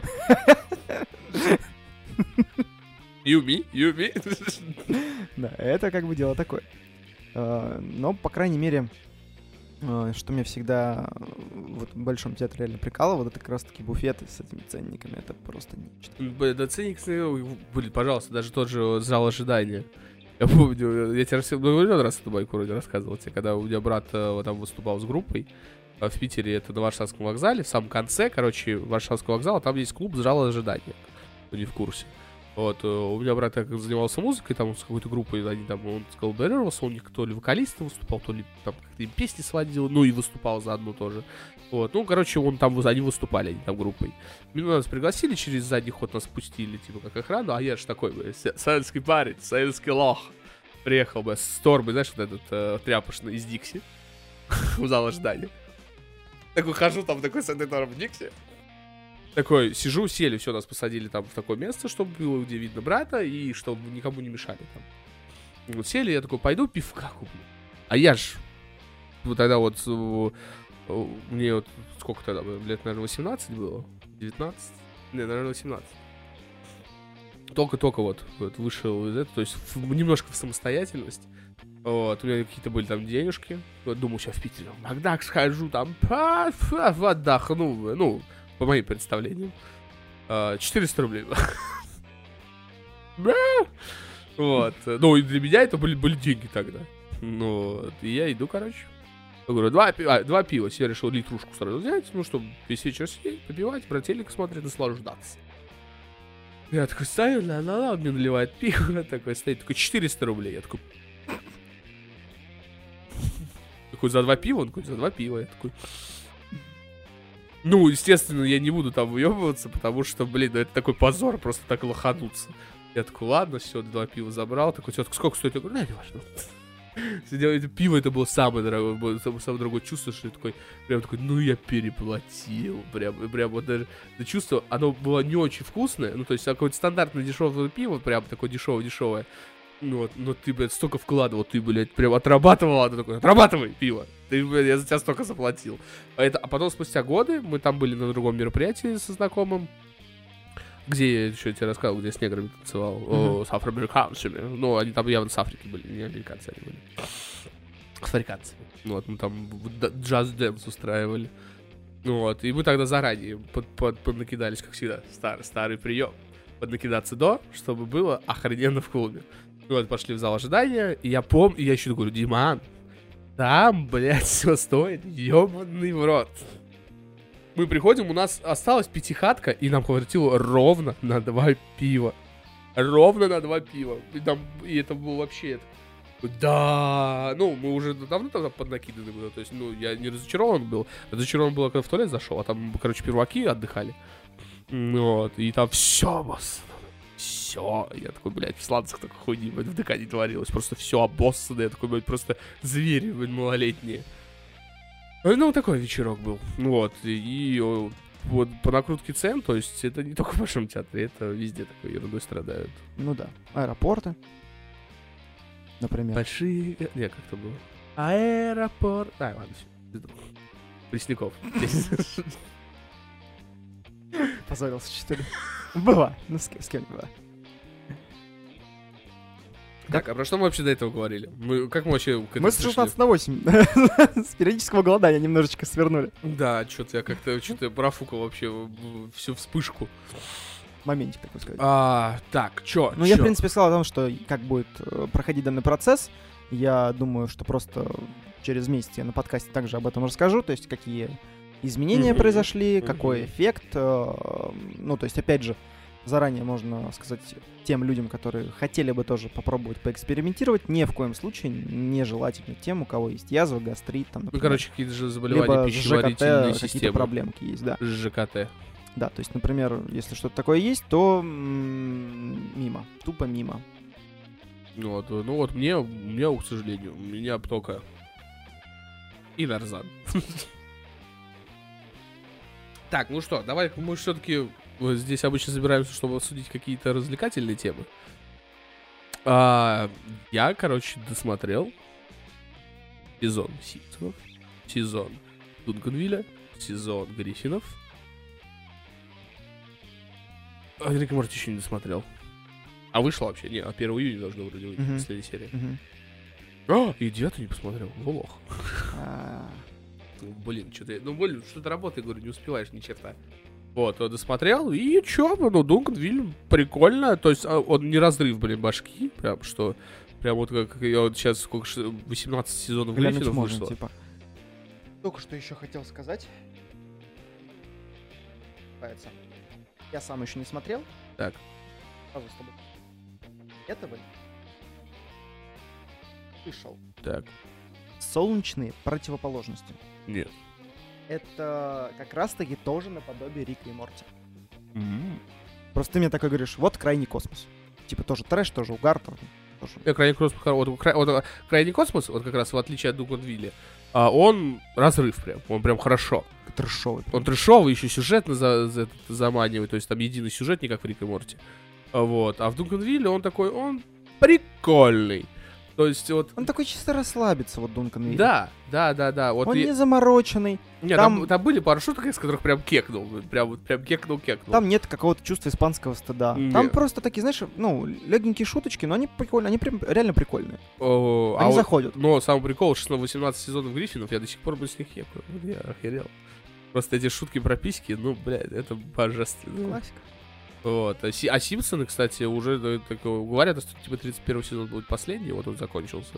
[SPEAKER 1] Юми.
[SPEAKER 2] Да, это как бы дело такое. Но, по крайней мере, что меня всегда вот в Большом театре реально прикалывало, это как раз-таки буфеты с этими ценниками. Это просто нечто.
[SPEAKER 1] Да, ценник, блин, пожалуйста, даже тот же зал ожидания. Я помню, я тебе миллион раз эту байку вроде рассказывал тебе, когда у меня брат там выступал с группой в Питере, это на Варшавском вокзале, в самом конце, короче, Варшавского вокзала, там есть клуб зал ожидания, кто не в курсе. Вот, у меня брат как занимался музыкой, там с какой-то группой, они там, он коллаборировался, у них то ли вокалистом выступал, то ли там как-то им песни сводил, ну и выступал заодно тоже. Вот, ну, короче, они выступали, они там группой. Нас пригласили, через задний ход нас пустили, типа, как охрану, а я же такой, советский парень, советский лох. Приехал бы с торбой, знаешь, вот этот тряпочный из Дикси в зал ожидания. Такой хожу там, такой с этой торбой Дикси. Такой, сижу, сели, все, нас посадили там в такое место, чтобы было, где видно брата, и чтобы никому не мешали там. Вот сели, я такой, пойду пивка куплю. А я ж, вот тогда вот, мне вот, сколько тогда было, лет, наверное, 18 было, 19? Не, наверное, 18. Только-только вот вышел из этого, то есть немножко в самостоятельность. Вот, у меня какие-то были там денежки. Вот, думал, сейчас в Питере в Макдак схожу, там, отдохну, ну, по моим представлениям. 400 рублей. Вот. Ну, и для меня это были деньги тогда. Ну, вот. И я иду, короче. Я говорю, два пива. Я решил литрушку сразу взять, ну, чтобы весь вечер сидеть, попивать, про телек смотреть, наслаждаться. Я такой стою, он мне наливает пиво, такой стоит, такой 400 рублей. Я такой... Такой, за 2 пива? Он такой, за 2 пива. Я такой... Ну, естественно, я не буду там выебываться, потому что, блин, ну это такой позор, просто так лохануться. Я такой, ладно, все, 2 пива забрал. Такой, тетка, сколько стоит? Я говорю, не важно. Это пиво, это было самое дорогое, самое дорогое чувство, что я такой, прям такой, ну я переплатил. Прям вот даже это чувство, оно было не очень вкусное, ну то есть какое-то стандартное дешевое пиво, прям такое дешевое. Ну вот, но ты, блядь, столько вкладывал, ты, блядь, прям отрабатывал, а ты такой, отрабатывай пиво. Ты, блядь, я за тебя столько заплатил. А потом, спустя годы, мы там были на другом мероприятии со знакомым, где, я еще тебе рассказывал, где я с неграми танцевал, с афроамериканцами. Ну, они там явно с Африки были, не американцы они были. С африканцами. Ну, вот, мы там джаз-дэнс устраивали. Ну, вот, и мы тогда заранее поднакидались, как всегда, старый прием. Поднакидаться чтобы было охрененно в клубе. Вот, пошли в зал ожидания, и я помню, и я еще говорю, Диман, там, блядь, все стоит, ёбаный в рот. Мы приходим, у нас осталась пятихатка, и нам хватило ровно на 2 пива. Ровно на 2 пива. И это было вообще... Да, ну, мы уже давно тогда поднакиданы были, то есть, ну, я не разочарован был. Разочарован был, когда в туалет зашел, а там, короче, перваки отдыхали. Вот, и там все, босс. все. Я такой, блядь, в сланцах такой хуйни, блядь, в ДК не творилось. Просто все обоссанное, я такой, блядь, просто звери, блядь, малолетние. Ну, такой вечерок был. Вот, и вот по накрутке цен, то есть это не только в Большом театре, это везде такой ерундой страдают.
[SPEAKER 2] Ну да. Аэропорты, например.
[SPEAKER 1] Большие... Не, как это было? Аэропорт... Ладно, все. Пресняков.
[SPEAKER 2] Позорился, что ли? Была. Ну, с кем не была.
[SPEAKER 1] Так, а про что мы вообще до этого говорили? Как мы вообще к этому
[SPEAKER 2] Мы с
[SPEAKER 1] пришли?
[SPEAKER 2] 16 на 8. С периодического голодания немножечко свернули.
[SPEAKER 1] Да, что-то я как-то профукал вообще всю вспышку.
[SPEAKER 2] Моментик, так сказать.
[SPEAKER 1] Так, чё?
[SPEAKER 2] Ну, я, в принципе, сказал о том, что как будет проходить данный процесс. Я думаю, что просто через месяц я на подкасте также об этом расскажу. То есть, какие изменения произошли, какой эффект. Ну, то есть, опять же, заранее можно сказать тем людям, которые хотели бы тоже попробовать поэкспериментировать, ни в коем случае не желательно тем, у кого есть язва, гастрит, там, например,
[SPEAKER 1] Ну, короче, какие-то же заболевания
[SPEAKER 2] либо
[SPEAKER 1] пищеварительной
[SPEAKER 2] ЖКТ, какие-то
[SPEAKER 1] системы.
[SPEAKER 2] проблемки есть, да.
[SPEAKER 1] ЖКТ.
[SPEAKER 2] Да, то есть, например, если что-то такое есть, то мимо, тупо мимо.
[SPEAKER 1] Ну вот, мне, к сожалению, у меня только и Нарзан. Так, ну что, давай мы все-таки здесь обычно собираемся, чтобы обсудить какие-то развлекательные темы. Я, короче, досмотрел сезон Симпсонов, сезон Дунканвилля, сезон Гриффинов. Рик и Морти еще не досмотрел. А вышло вообще? Не, 1 июня должно вроде выйти последняя серия. И 9 не посмотрел. Волох. Блин, что-то работает, говорю, не успеваешь ни черта. Вот, досмотрел, и чё, ну, Дунканвиль прикольно, то есть он не разрыв, блин, башки, прям, что, прям вот как я вот сейчас, сколько, 18 сезонов Гриффинов вышло.
[SPEAKER 2] Типа. Только что еще хотел сказать. Я сам еще не смотрел.
[SPEAKER 1] Так.
[SPEAKER 2] Сразу с тобой. Этого вышел.
[SPEAKER 1] Так.
[SPEAKER 2] Солнечные противоположности.
[SPEAKER 1] Нет.
[SPEAKER 2] Это как раз-таки тоже наподобие Рика и Морти. Просто ты мне такой говоришь, вот крайний космос. Типа тоже трэш, тоже угар. Тоже...
[SPEAKER 1] Крайний космос, вот крайний космос, вот как раз в отличие от Дунканвилля, он разрыв прям, он прям хорошо.
[SPEAKER 2] Трэшовый.
[SPEAKER 1] Он трэшовый, еще сюжетно заманивает, то есть там единый сюжет, не как в Рик и Морти. Вот, а в Дунканвилле он такой, он прикольный. То есть вот...
[SPEAKER 2] Он такой чисто расслабится, вот Дунканвилл.
[SPEAKER 1] Да. Вот
[SPEAKER 2] он не замороченный.
[SPEAKER 1] Нет, там были пару шуток, из которых прям кекнул. Прям кекнул.
[SPEAKER 2] Там нет какого-то чувства испанского стыда.
[SPEAKER 1] Нет.
[SPEAKER 2] Там просто такие, знаешь, ну, легенькие шуточки, но они прикольные, они прям реально прикольные. Они заходят.
[SPEAKER 1] Но самый прикол, 18 сезонов Гриффинов, я до сих пор бы с них кекаю. Я охерел. Просто эти шутки про письки, ну, блядь, это божественно.
[SPEAKER 2] Классика.
[SPEAKER 1] Вот. А Симпсоны, кстати, уже говорят, что типа 31 сезон будет последний, вот он закончился.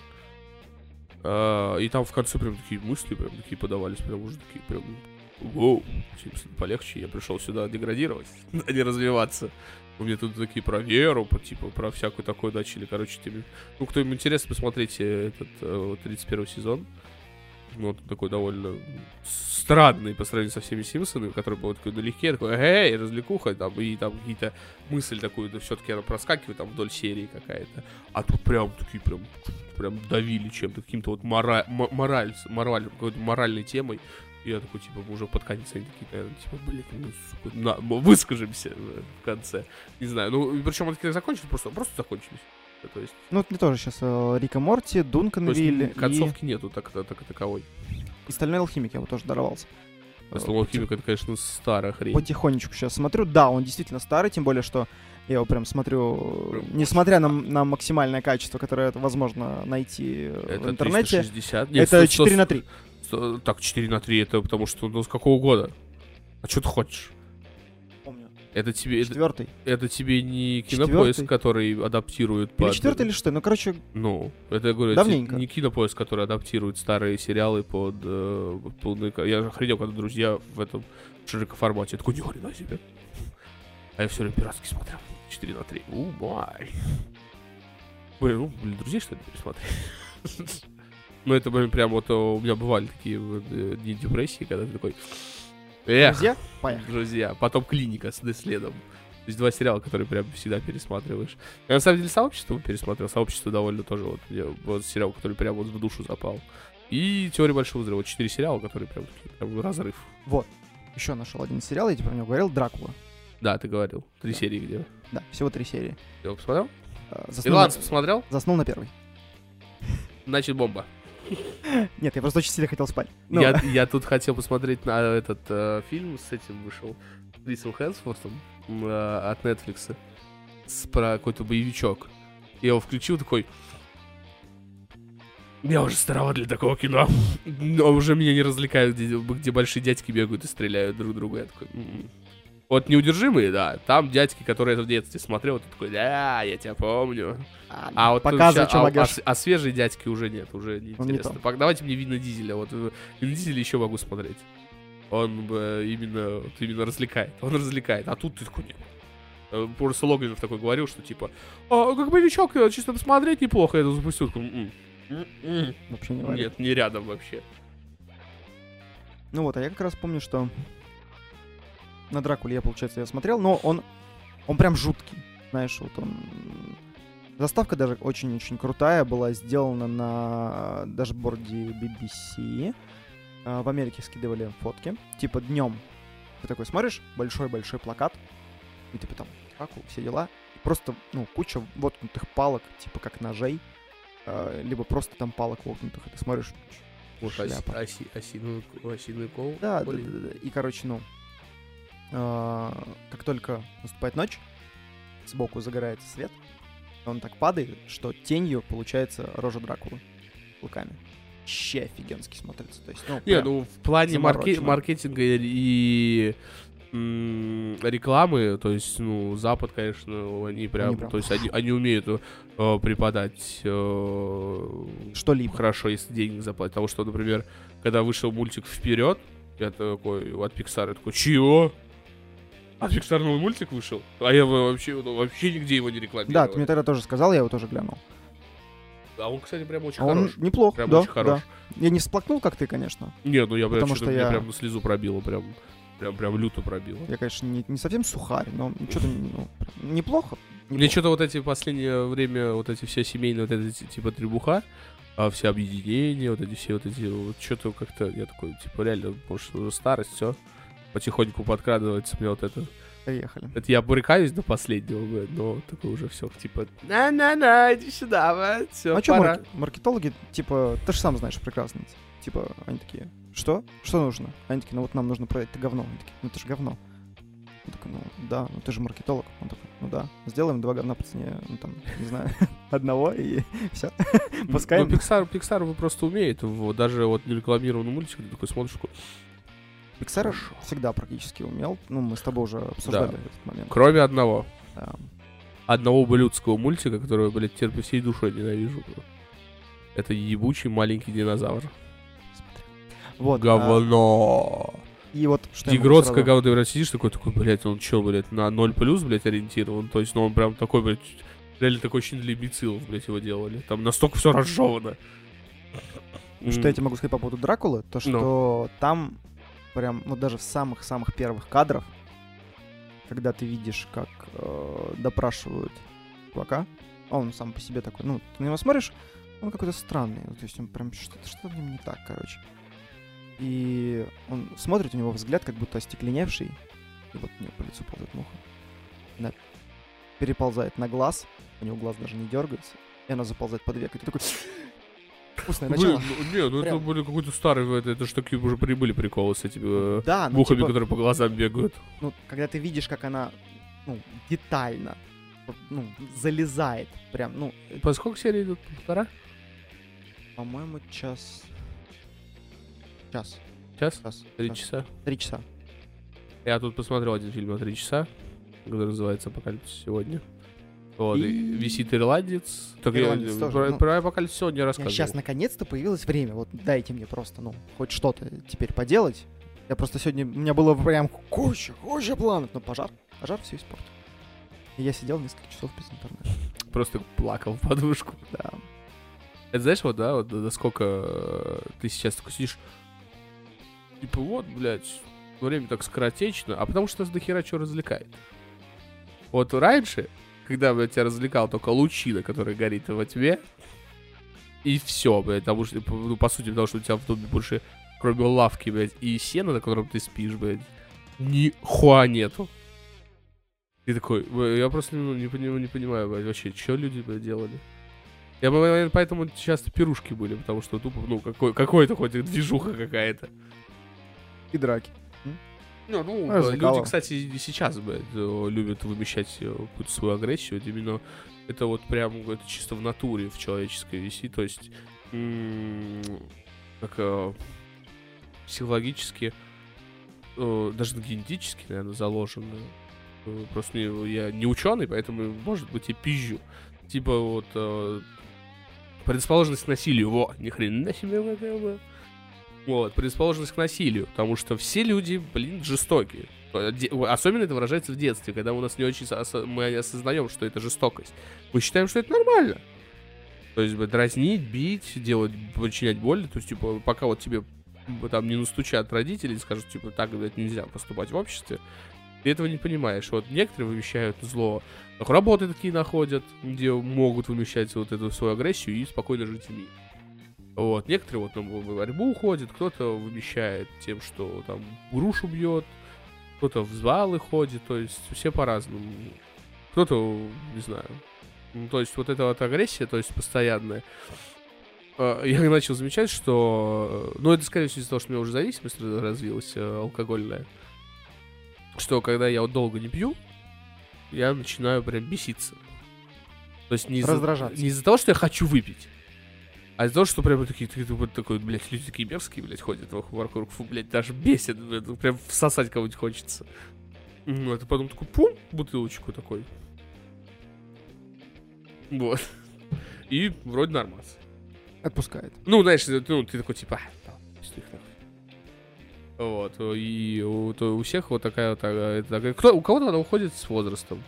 [SPEAKER 1] И там в конце прям такие мысли прям такие подавались, прям уже такие прям воу, Симпсоны полегче, я пришел сюда деградировать, а не развиваться. У меня тут такие про веру, типа про всякую такое начали, короче, тебе. Ну, кто им интересно, посмотрите этот 31 сезон. Ну, вот такой довольно странный по сравнению со всеми Симпсонами, который был такой налегке, такой, эй, развлекуха, там, и там какие-то мысли такую, да, все-таки она проскакивает там вдоль серии какая-то. А тут прям такие прям давили чем-то, каким-то вот какой-то моральной темой. И я такой, типа, уже под конец они такие, наверное, типа, блин, ну, сука, выскажемся в конце. Не знаю, ну, причем они такие закончились, просто закончились. То есть...
[SPEAKER 2] Ну, это мне тоже сейчас Рика Морти, Дунканвиль.
[SPEAKER 1] Концовки нету таковой.
[SPEAKER 2] И Стальной алхимик я вот тоже дорвался.
[SPEAKER 1] Стальной алхимик это, конечно, старая хрень.
[SPEAKER 2] Потихонечку сейчас смотрю. Да, он действительно старый, тем более, что я его прям смотрю, несмотря на максимальное качество, которое возможно найти в интернете.
[SPEAKER 1] 360. Нет,
[SPEAKER 2] это 4:3.
[SPEAKER 1] Так, 4:3 это потому что, ну, с какого года? А что ты хочешь?
[SPEAKER 2] Помню.
[SPEAKER 1] Это тебе...
[SPEAKER 2] Четвертый.
[SPEAKER 1] Это тебе не Кинопоиск, который адаптирует...
[SPEAKER 2] Или четвертый, или что? Ну, короче...
[SPEAKER 1] Ну, это, я говорю,
[SPEAKER 2] давненько.
[SPEAKER 1] Не Кинопоиск, который адаптирует старые сериалы под полный... Я охренел, когда друзья в этом широкоформате. Я такой, ни хрена себе. А я все время пиратский смотрел. 4:3. Май. Блин, друзей, что ли, пересмотреть? Ну, это прям вот у меня бывали такие дни депрессии, когда ты такой...
[SPEAKER 2] Друзья? Поехали.
[SPEAKER 1] Друзья. Потом клиника с следом. То есть 2 сериала, которые прям всегда пересматриваешь. Я на самом деле «Сообщество» пересмотрел. «Сообщество» довольно тоже вот сериал, который прям вот в душу запал. И «Теория большого взрыва». 4 сериала, которые прям разрыв.
[SPEAKER 2] Вот. Еще нашел один сериал, я тебе про него говорил, «Дракула».
[SPEAKER 1] Да, ты говорил. 3
[SPEAKER 2] Да.
[SPEAKER 1] серии где?
[SPEAKER 2] Да, всего 3 серии.
[SPEAKER 1] Ты его посмотрел?
[SPEAKER 2] Заснул,
[SPEAKER 1] «Ирландец» посмотрел?
[SPEAKER 2] заснул на первой.
[SPEAKER 1] Значит, бомба.
[SPEAKER 2] Нет, я просто очень сильно хотел спать. Ну,
[SPEAKER 1] Я тут хотел посмотреть на этот фильм с этим вышел. С Крисом Хемсвортом от Netflix. Про какой-то боевичок. Я его включил такой... Я уже староват для такого кино. Но уже меня не развлекают, где большие дядьки бегают и стреляют друг друга. Я такой... Вот «Неудержимые», да, там дядьки, которые это в детстве смотрел, ты такой, да, я тебя помню. А вот
[SPEAKER 2] показывай, что могешь.
[SPEAKER 1] свежие дядьки уже нет, уже
[SPEAKER 2] Он не
[SPEAKER 1] неинтересно. Давайте мне Вина Дизеля, вот Вина Дизеля еще могу смотреть. Он именно развлекает, он развлекает, а тут ты такой, нет. Просто Логвинов такой говорил, что типа, как боевичок, чисто посмотреть неплохо, я это запустил, такой,
[SPEAKER 2] Вообще не варит.
[SPEAKER 1] нет, не рядом вообще.
[SPEAKER 2] Ну вот, а я как раз помню, что на «Дракуле» получается, я смотрел, но он прям жуткий. Знаешь, вот он... Заставка даже очень-очень крутая была сделана на дашборде BBC. В Америке скидывали фотки. Типа днем ты такой смотришь, большой-большой плакат, и типа там «Дракула», все дела. Просто, куча воткнутых палок, типа как ножей, либо просто там палок воткнутых, и ты смотришь, шляпа.
[SPEAKER 1] Осиный кол.
[SPEAKER 2] Да. И, короче, как только наступает ночь, сбоку загорается свет, он так падает, что тенью получается рожа Дракулы клыками. Вообще офигенски смотрится. То есть,
[SPEAKER 1] в плане
[SPEAKER 2] заморочено.
[SPEAKER 1] маркетинга и рекламы, то есть, Запад, конечно, они прям. То есть они умеют преподать
[SPEAKER 2] что-либо.
[SPEAKER 1] Хорошо, если деньги заплатят. Потому что, например, когда вышел мультик «Вперед», я такой, от Pixar, я такой, чего? От Pixar новый мультик вышел? А я вообще нигде его не рекламировал.
[SPEAKER 2] Да, ты мне тогда тоже сказал, я его тоже глянул.
[SPEAKER 1] А он, кстати, прям очень
[SPEAKER 2] Он
[SPEAKER 1] хорош.
[SPEAKER 2] неплох,
[SPEAKER 1] Прям
[SPEAKER 2] да,
[SPEAKER 1] очень хорош.
[SPEAKER 2] да. Я не всплакнул, как ты, конечно.
[SPEAKER 1] Не, я прям
[SPEAKER 2] Потому что я-
[SPEAKER 1] прям слезу пробило, прям люто пробило.
[SPEAKER 2] Я, конечно, не совсем сухарь, но что-то неплохо.
[SPEAKER 1] Мне что-то вот эти в последнее время, вот эти все семейные, вот эти типа требуха, все объединения, вот эти все вот эти, вот что-то как-то, я такой, типа, реально, может, уже старость, все, потихоньку подкрадывается мне вот это.
[SPEAKER 2] Поехали.
[SPEAKER 1] Это я брыкаюсь до последнего, но такой уже все, типа, на, иди сюда, все,
[SPEAKER 2] А что
[SPEAKER 1] пора.
[SPEAKER 2] маркетологи, типа, ты же сам знаешь прекрасно. Типа, они такие, что? Что нужно? Они такие, вот нам нужно продать это говно. Они такие, это же говно. Он такой, да, ты же маркетолог. Он такой, да, сделаем 2 говна по цене, не знаю, одного, и все. Пускай.
[SPEAKER 1] Pixar вы просто умеет, даже вот нерекламированный мультик, ты такой смотришь, такой,
[SPEAKER 2] Pixar всегда практически умел. Мы с тобой уже обсуждали
[SPEAKER 1] Да.
[SPEAKER 2] этот момент.
[SPEAKER 1] кроме одного.
[SPEAKER 2] Да.
[SPEAKER 1] Одного ублюдского мультика, которого, блядь, терпи всей душой ненавижу. Это ебучий маленький динозавр.
[SPEAKER 2] Вот.
[SPEAKER 1] Говно.
[SPEAKER 2] И вот что я могу
[SPEAKER 1] Тигротское
[SPEAKER 2] сразу-
[SPEAKER 1] говно, ты, блядь, сидишь такой, блядь, он чё, блядь, на 0+, блядь, ориентирован. То есть, он прям такой, блядь, реально такой очень для имбецилов, блядь, его делали. Там настолько все разжевано.
[SPEAKER 2] Что я тебе могу сказать по поводу Дракулы, то что там прям, даже в самых-самых первых кадрах, когда ты видишь, как допрашивают чувака, он сам по себе такой, ты на него смотришь, он какой-то странный, то есть он прям что-то в нем не так, короче. И он смотрит, у него взгляд как будто остекленевший, и вот у него по лицу ползает муха. Она переползает на глаз, у него глаз даже не дергается, и она заползает под век, и ты такой... Вкусное начало.
[SPEAKER 1] Это
[SPEAKER 2] Прям.
[SPEAKER 1] были какой-то старый, это же такие уже были приколы с этими
[SPEAKER 2] Да,
[SPEAKER 1] мухами,
[SPEAKER 2] типа,
[SPEAKER 1] которые по глазам бегают.
[SPEAKER 2] когда ты видишь, как она, детально, залезает, прям,
[SPEAKER 1] По сколько серий идут? 1,5?
[SPEAKER 2] по-моему, час.
[SPEAKER 1] Час? 3
[SPEAKER 2] час.
[SPEAKER 1] часа?
[SPEAKER 2] 3 часа.
[SPEAKER 1] Я тут посмотрел один фильм на 3 часа, который называется «Апокалипсис сегодня». Вот, и висит ирландец. Так
[SPEAKER 2] Ирландец
[SPEAKER 1] я
[SPEAKER 2] тоже,
[SPEAKER 1] про «Апокалипсис сегодня» не рассказывал.
[SPEAKER 2] Сейчас наконец-то появилось время, вот дайте мне просто, хоть что-то теперь поделать. Я просто сегодня, у меня было прям куча планов, но пожар все испортил. И я сидел несколько часов без интернета.
[SPEAKER 1] Просто плакал в подушку.
[SPEAKER 2] Да.
[SPEAKER 1] Это знаешь, вот насколько ты сейчас такой сидишь, типа, блядь, время так скоротечно, а потому что нас дохера чего развлекает. Вот раньше, когда, блядь, тебя развлекал только лучина, которая горит во тьме, и все, блядь, потому что, ну, по сути, потому что у тебя в доме больше, кроме лавки, блядь, и сена, на котором ты спишь, блядь, нихуя нету. Ты такой, я просто не понимаю, блядь, вообще, что люди, блядь, делали. Я, наверное, поэтому часто пирушки были, потому что тупо, ну, какой-то хоть движуха какая-то.
[SPEAKER 2] И драки.
[SPEAKER 1] Ну, люди, кстати, и сейчас, блядь, любят вымещать какую-то свою агрессию. Вот именно это вот прям, это чисто в натуре, в человеческой висит. То есть, как психологически, даже генетически, наверное, заложено. Просто я не ученый, поэтому, может быть, и пизжу. Типа вот предрасположенность к насилию. Во, ни хрена себе какая бы. Вот, предрасположенность к насилию, потому что все люди, блин, жестокие. Особенно это выражается в детстве, когда у нас не очень мы осознаем, что это жестокость. Мы считаем, что это нормально. То есть дразнить, бить, делать, причинять боль. То есть, типа, пока вот тебе там не настучат родители и скажут, типа, так, блядь, нельзя поступать в обществе, ты этого не понимаешь. Вот некоторые вымещают зло. Работы такие находят, где могут вымещать вот эту свою агрессию и спокойно жить в мире. Вот, некоторые вот в борьбу уходят, кто-то вымещает тем, что там грушу бьет, кто-то в залы ходит, то есть все по-разному. Кто-то, не знаю. Ну, то есть вот эта вот агрессия, то есть постоянная. Я начал замечать, что... Ну, это, скорее всего, из-за того, что у меня уже зависимость развилась алкогольная. Что когда я вот долго не пью, я начинаю прям беситься. То есть не из-за того, что я хочу выпить, а из-за того, что прям такой, блядь, люди такие мерзкие, блядь, ходят вокруг, фу, блядь, даже бесит, блядь, прям всосать кого-нибудь хочется. Вот, и потом такой, пум, бутылочку такой. Вот. И вроде нормас.
[SPEAKER 2] Отпускает.
[SPEAKER 1] Ну, знаешь, ну, ты такой, типа, вот, и у всех вот такая вот, у кого-то она уходит с возрастом.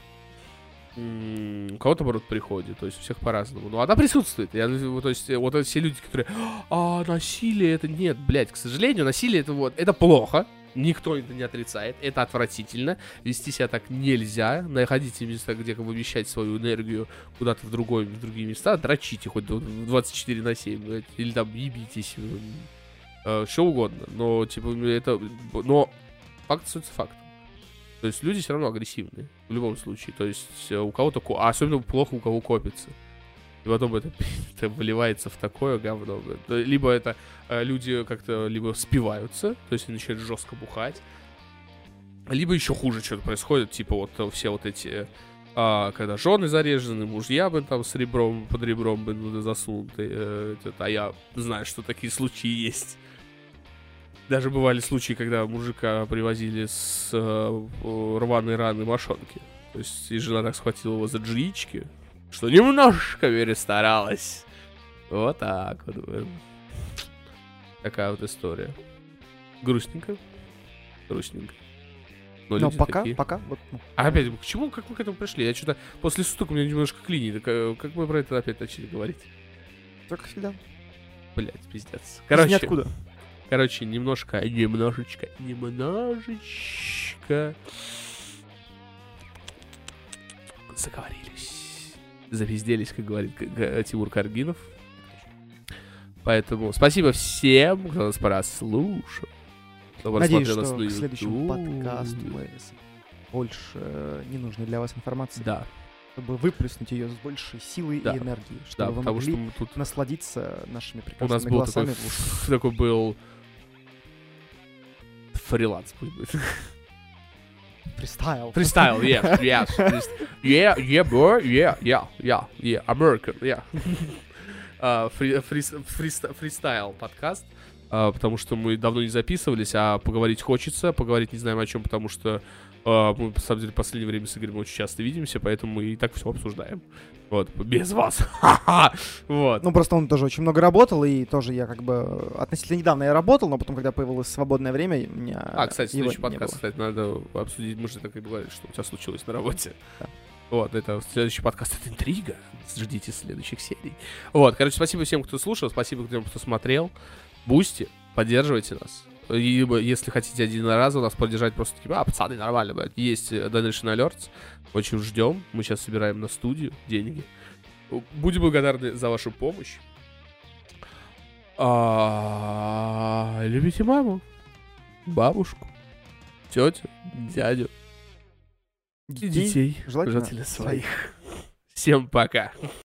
[SPEAKER 1] У кого-то, наоборот, приходит, то есть у всех по-разному. Но она присутствует. То есть вот все люди, которые, насилие это нет, блядь, к сожалению, насилие это вот, это плохо. Никто это не отрицает, это отвратительно. Вести себя так нельзя. Находите места, где вымещать свою энергию куда-то в другие места. Дрочите хоть 24/7, блядь, или там ебитесь. Что угодно. Но, типа, это... Но факт остается фактом. То есть люди все равно агрессивные. В любом случае. То есть у кого-то... А особенно плохо у кого копится. И потом это выливается в такое говно. Либо это люди как-то либо спиваются, то есть они начинают жестко бухать. Либо еще хуже что-то происходит. Типа вот все вот эти... когда жены зарежены, мужья бы там с ребром, под ребром бы засунуты. А я знаю, что такие случаи есть. Даже бывали случаи, когда мужика привозили с рваной раны мошонки. То есть и жена так схватила его за джички, что немножко перестаралась. Вот так вот. Такая вот история. Грустненько.
[SPEAKER 2] Но пока. Вот,
[SPEAKER 1] опять, к чему, как мы к этому пришли? Я что-то после суток у меня немножко клинит. Как мы про это опять начали говорить?
[SPEAKER 2] Только всегда.
[SPEAKER 1] Блять, пиздец.
[SPEAKER 2] Короче,
[SPEAKER 1] немножечко заговорились. Запизделись, как говорит Тимур Каргинов. Поэтому спасибо всем, кто нас прослушал.
[SPEAKER 2] Надеюсь, что к следующему подкасту мы больше ненужной для вас информации.
[SPEAKER 1] Да.
[SPEAKER 2] Чтобы выплеснуть ее с большей силой и энергией. Чтобы вы могли насладиться нашими прекрасными голосами.
[SPEAKER 1] У нас был такой был фриланс, пусть будет.
[SPEAKER 2] Фристайл,
[SPEAKER 1] yes. Yeah, bro, yeah, American, yeah. Фристайл подкаст, потому что мы давно не записывались, а поговорить хочется, поговорить не знаем о чем, потому что мы, на самом деле, в последнее время с Игорем очень часто видимся, поэтому мы и так все обсуждаем. Вот, без вас. Вот.
[SPEAKER 2] Ну, просто он тоже очень много работал, и тоже я как бы... Относительно недавно я работал, но потом, когда появилось свободное время, у меня...
[SPEAKER 1] Кстати, следующий подкаст, кстати, надо обсудить. Мы же так и говорили, что у тебя случилось на работе.
[SPEAKER 2] Да.
[SPEAKER 1] Вот, это следующий подкаст, это интрига. Ждите следующих серий. Вот, короче, спасибо всем, кто слушал, спасибо всем, кто смотрел. Бусти, поддерживайте нас. Либо, если хотите один раз у нас поддержать, просто типа, пацаны, нормально, блядь. Есть Donation Alerts. Очень ждем. Мы сейчас собираем на студию деньги. Будем благодарны за вашу помощь. Любите маму, бабушку, тетю, дядю и детей.
[SPEAKER 2] Желательно
[SPEAKER 1] Желательно своих. Всем пока.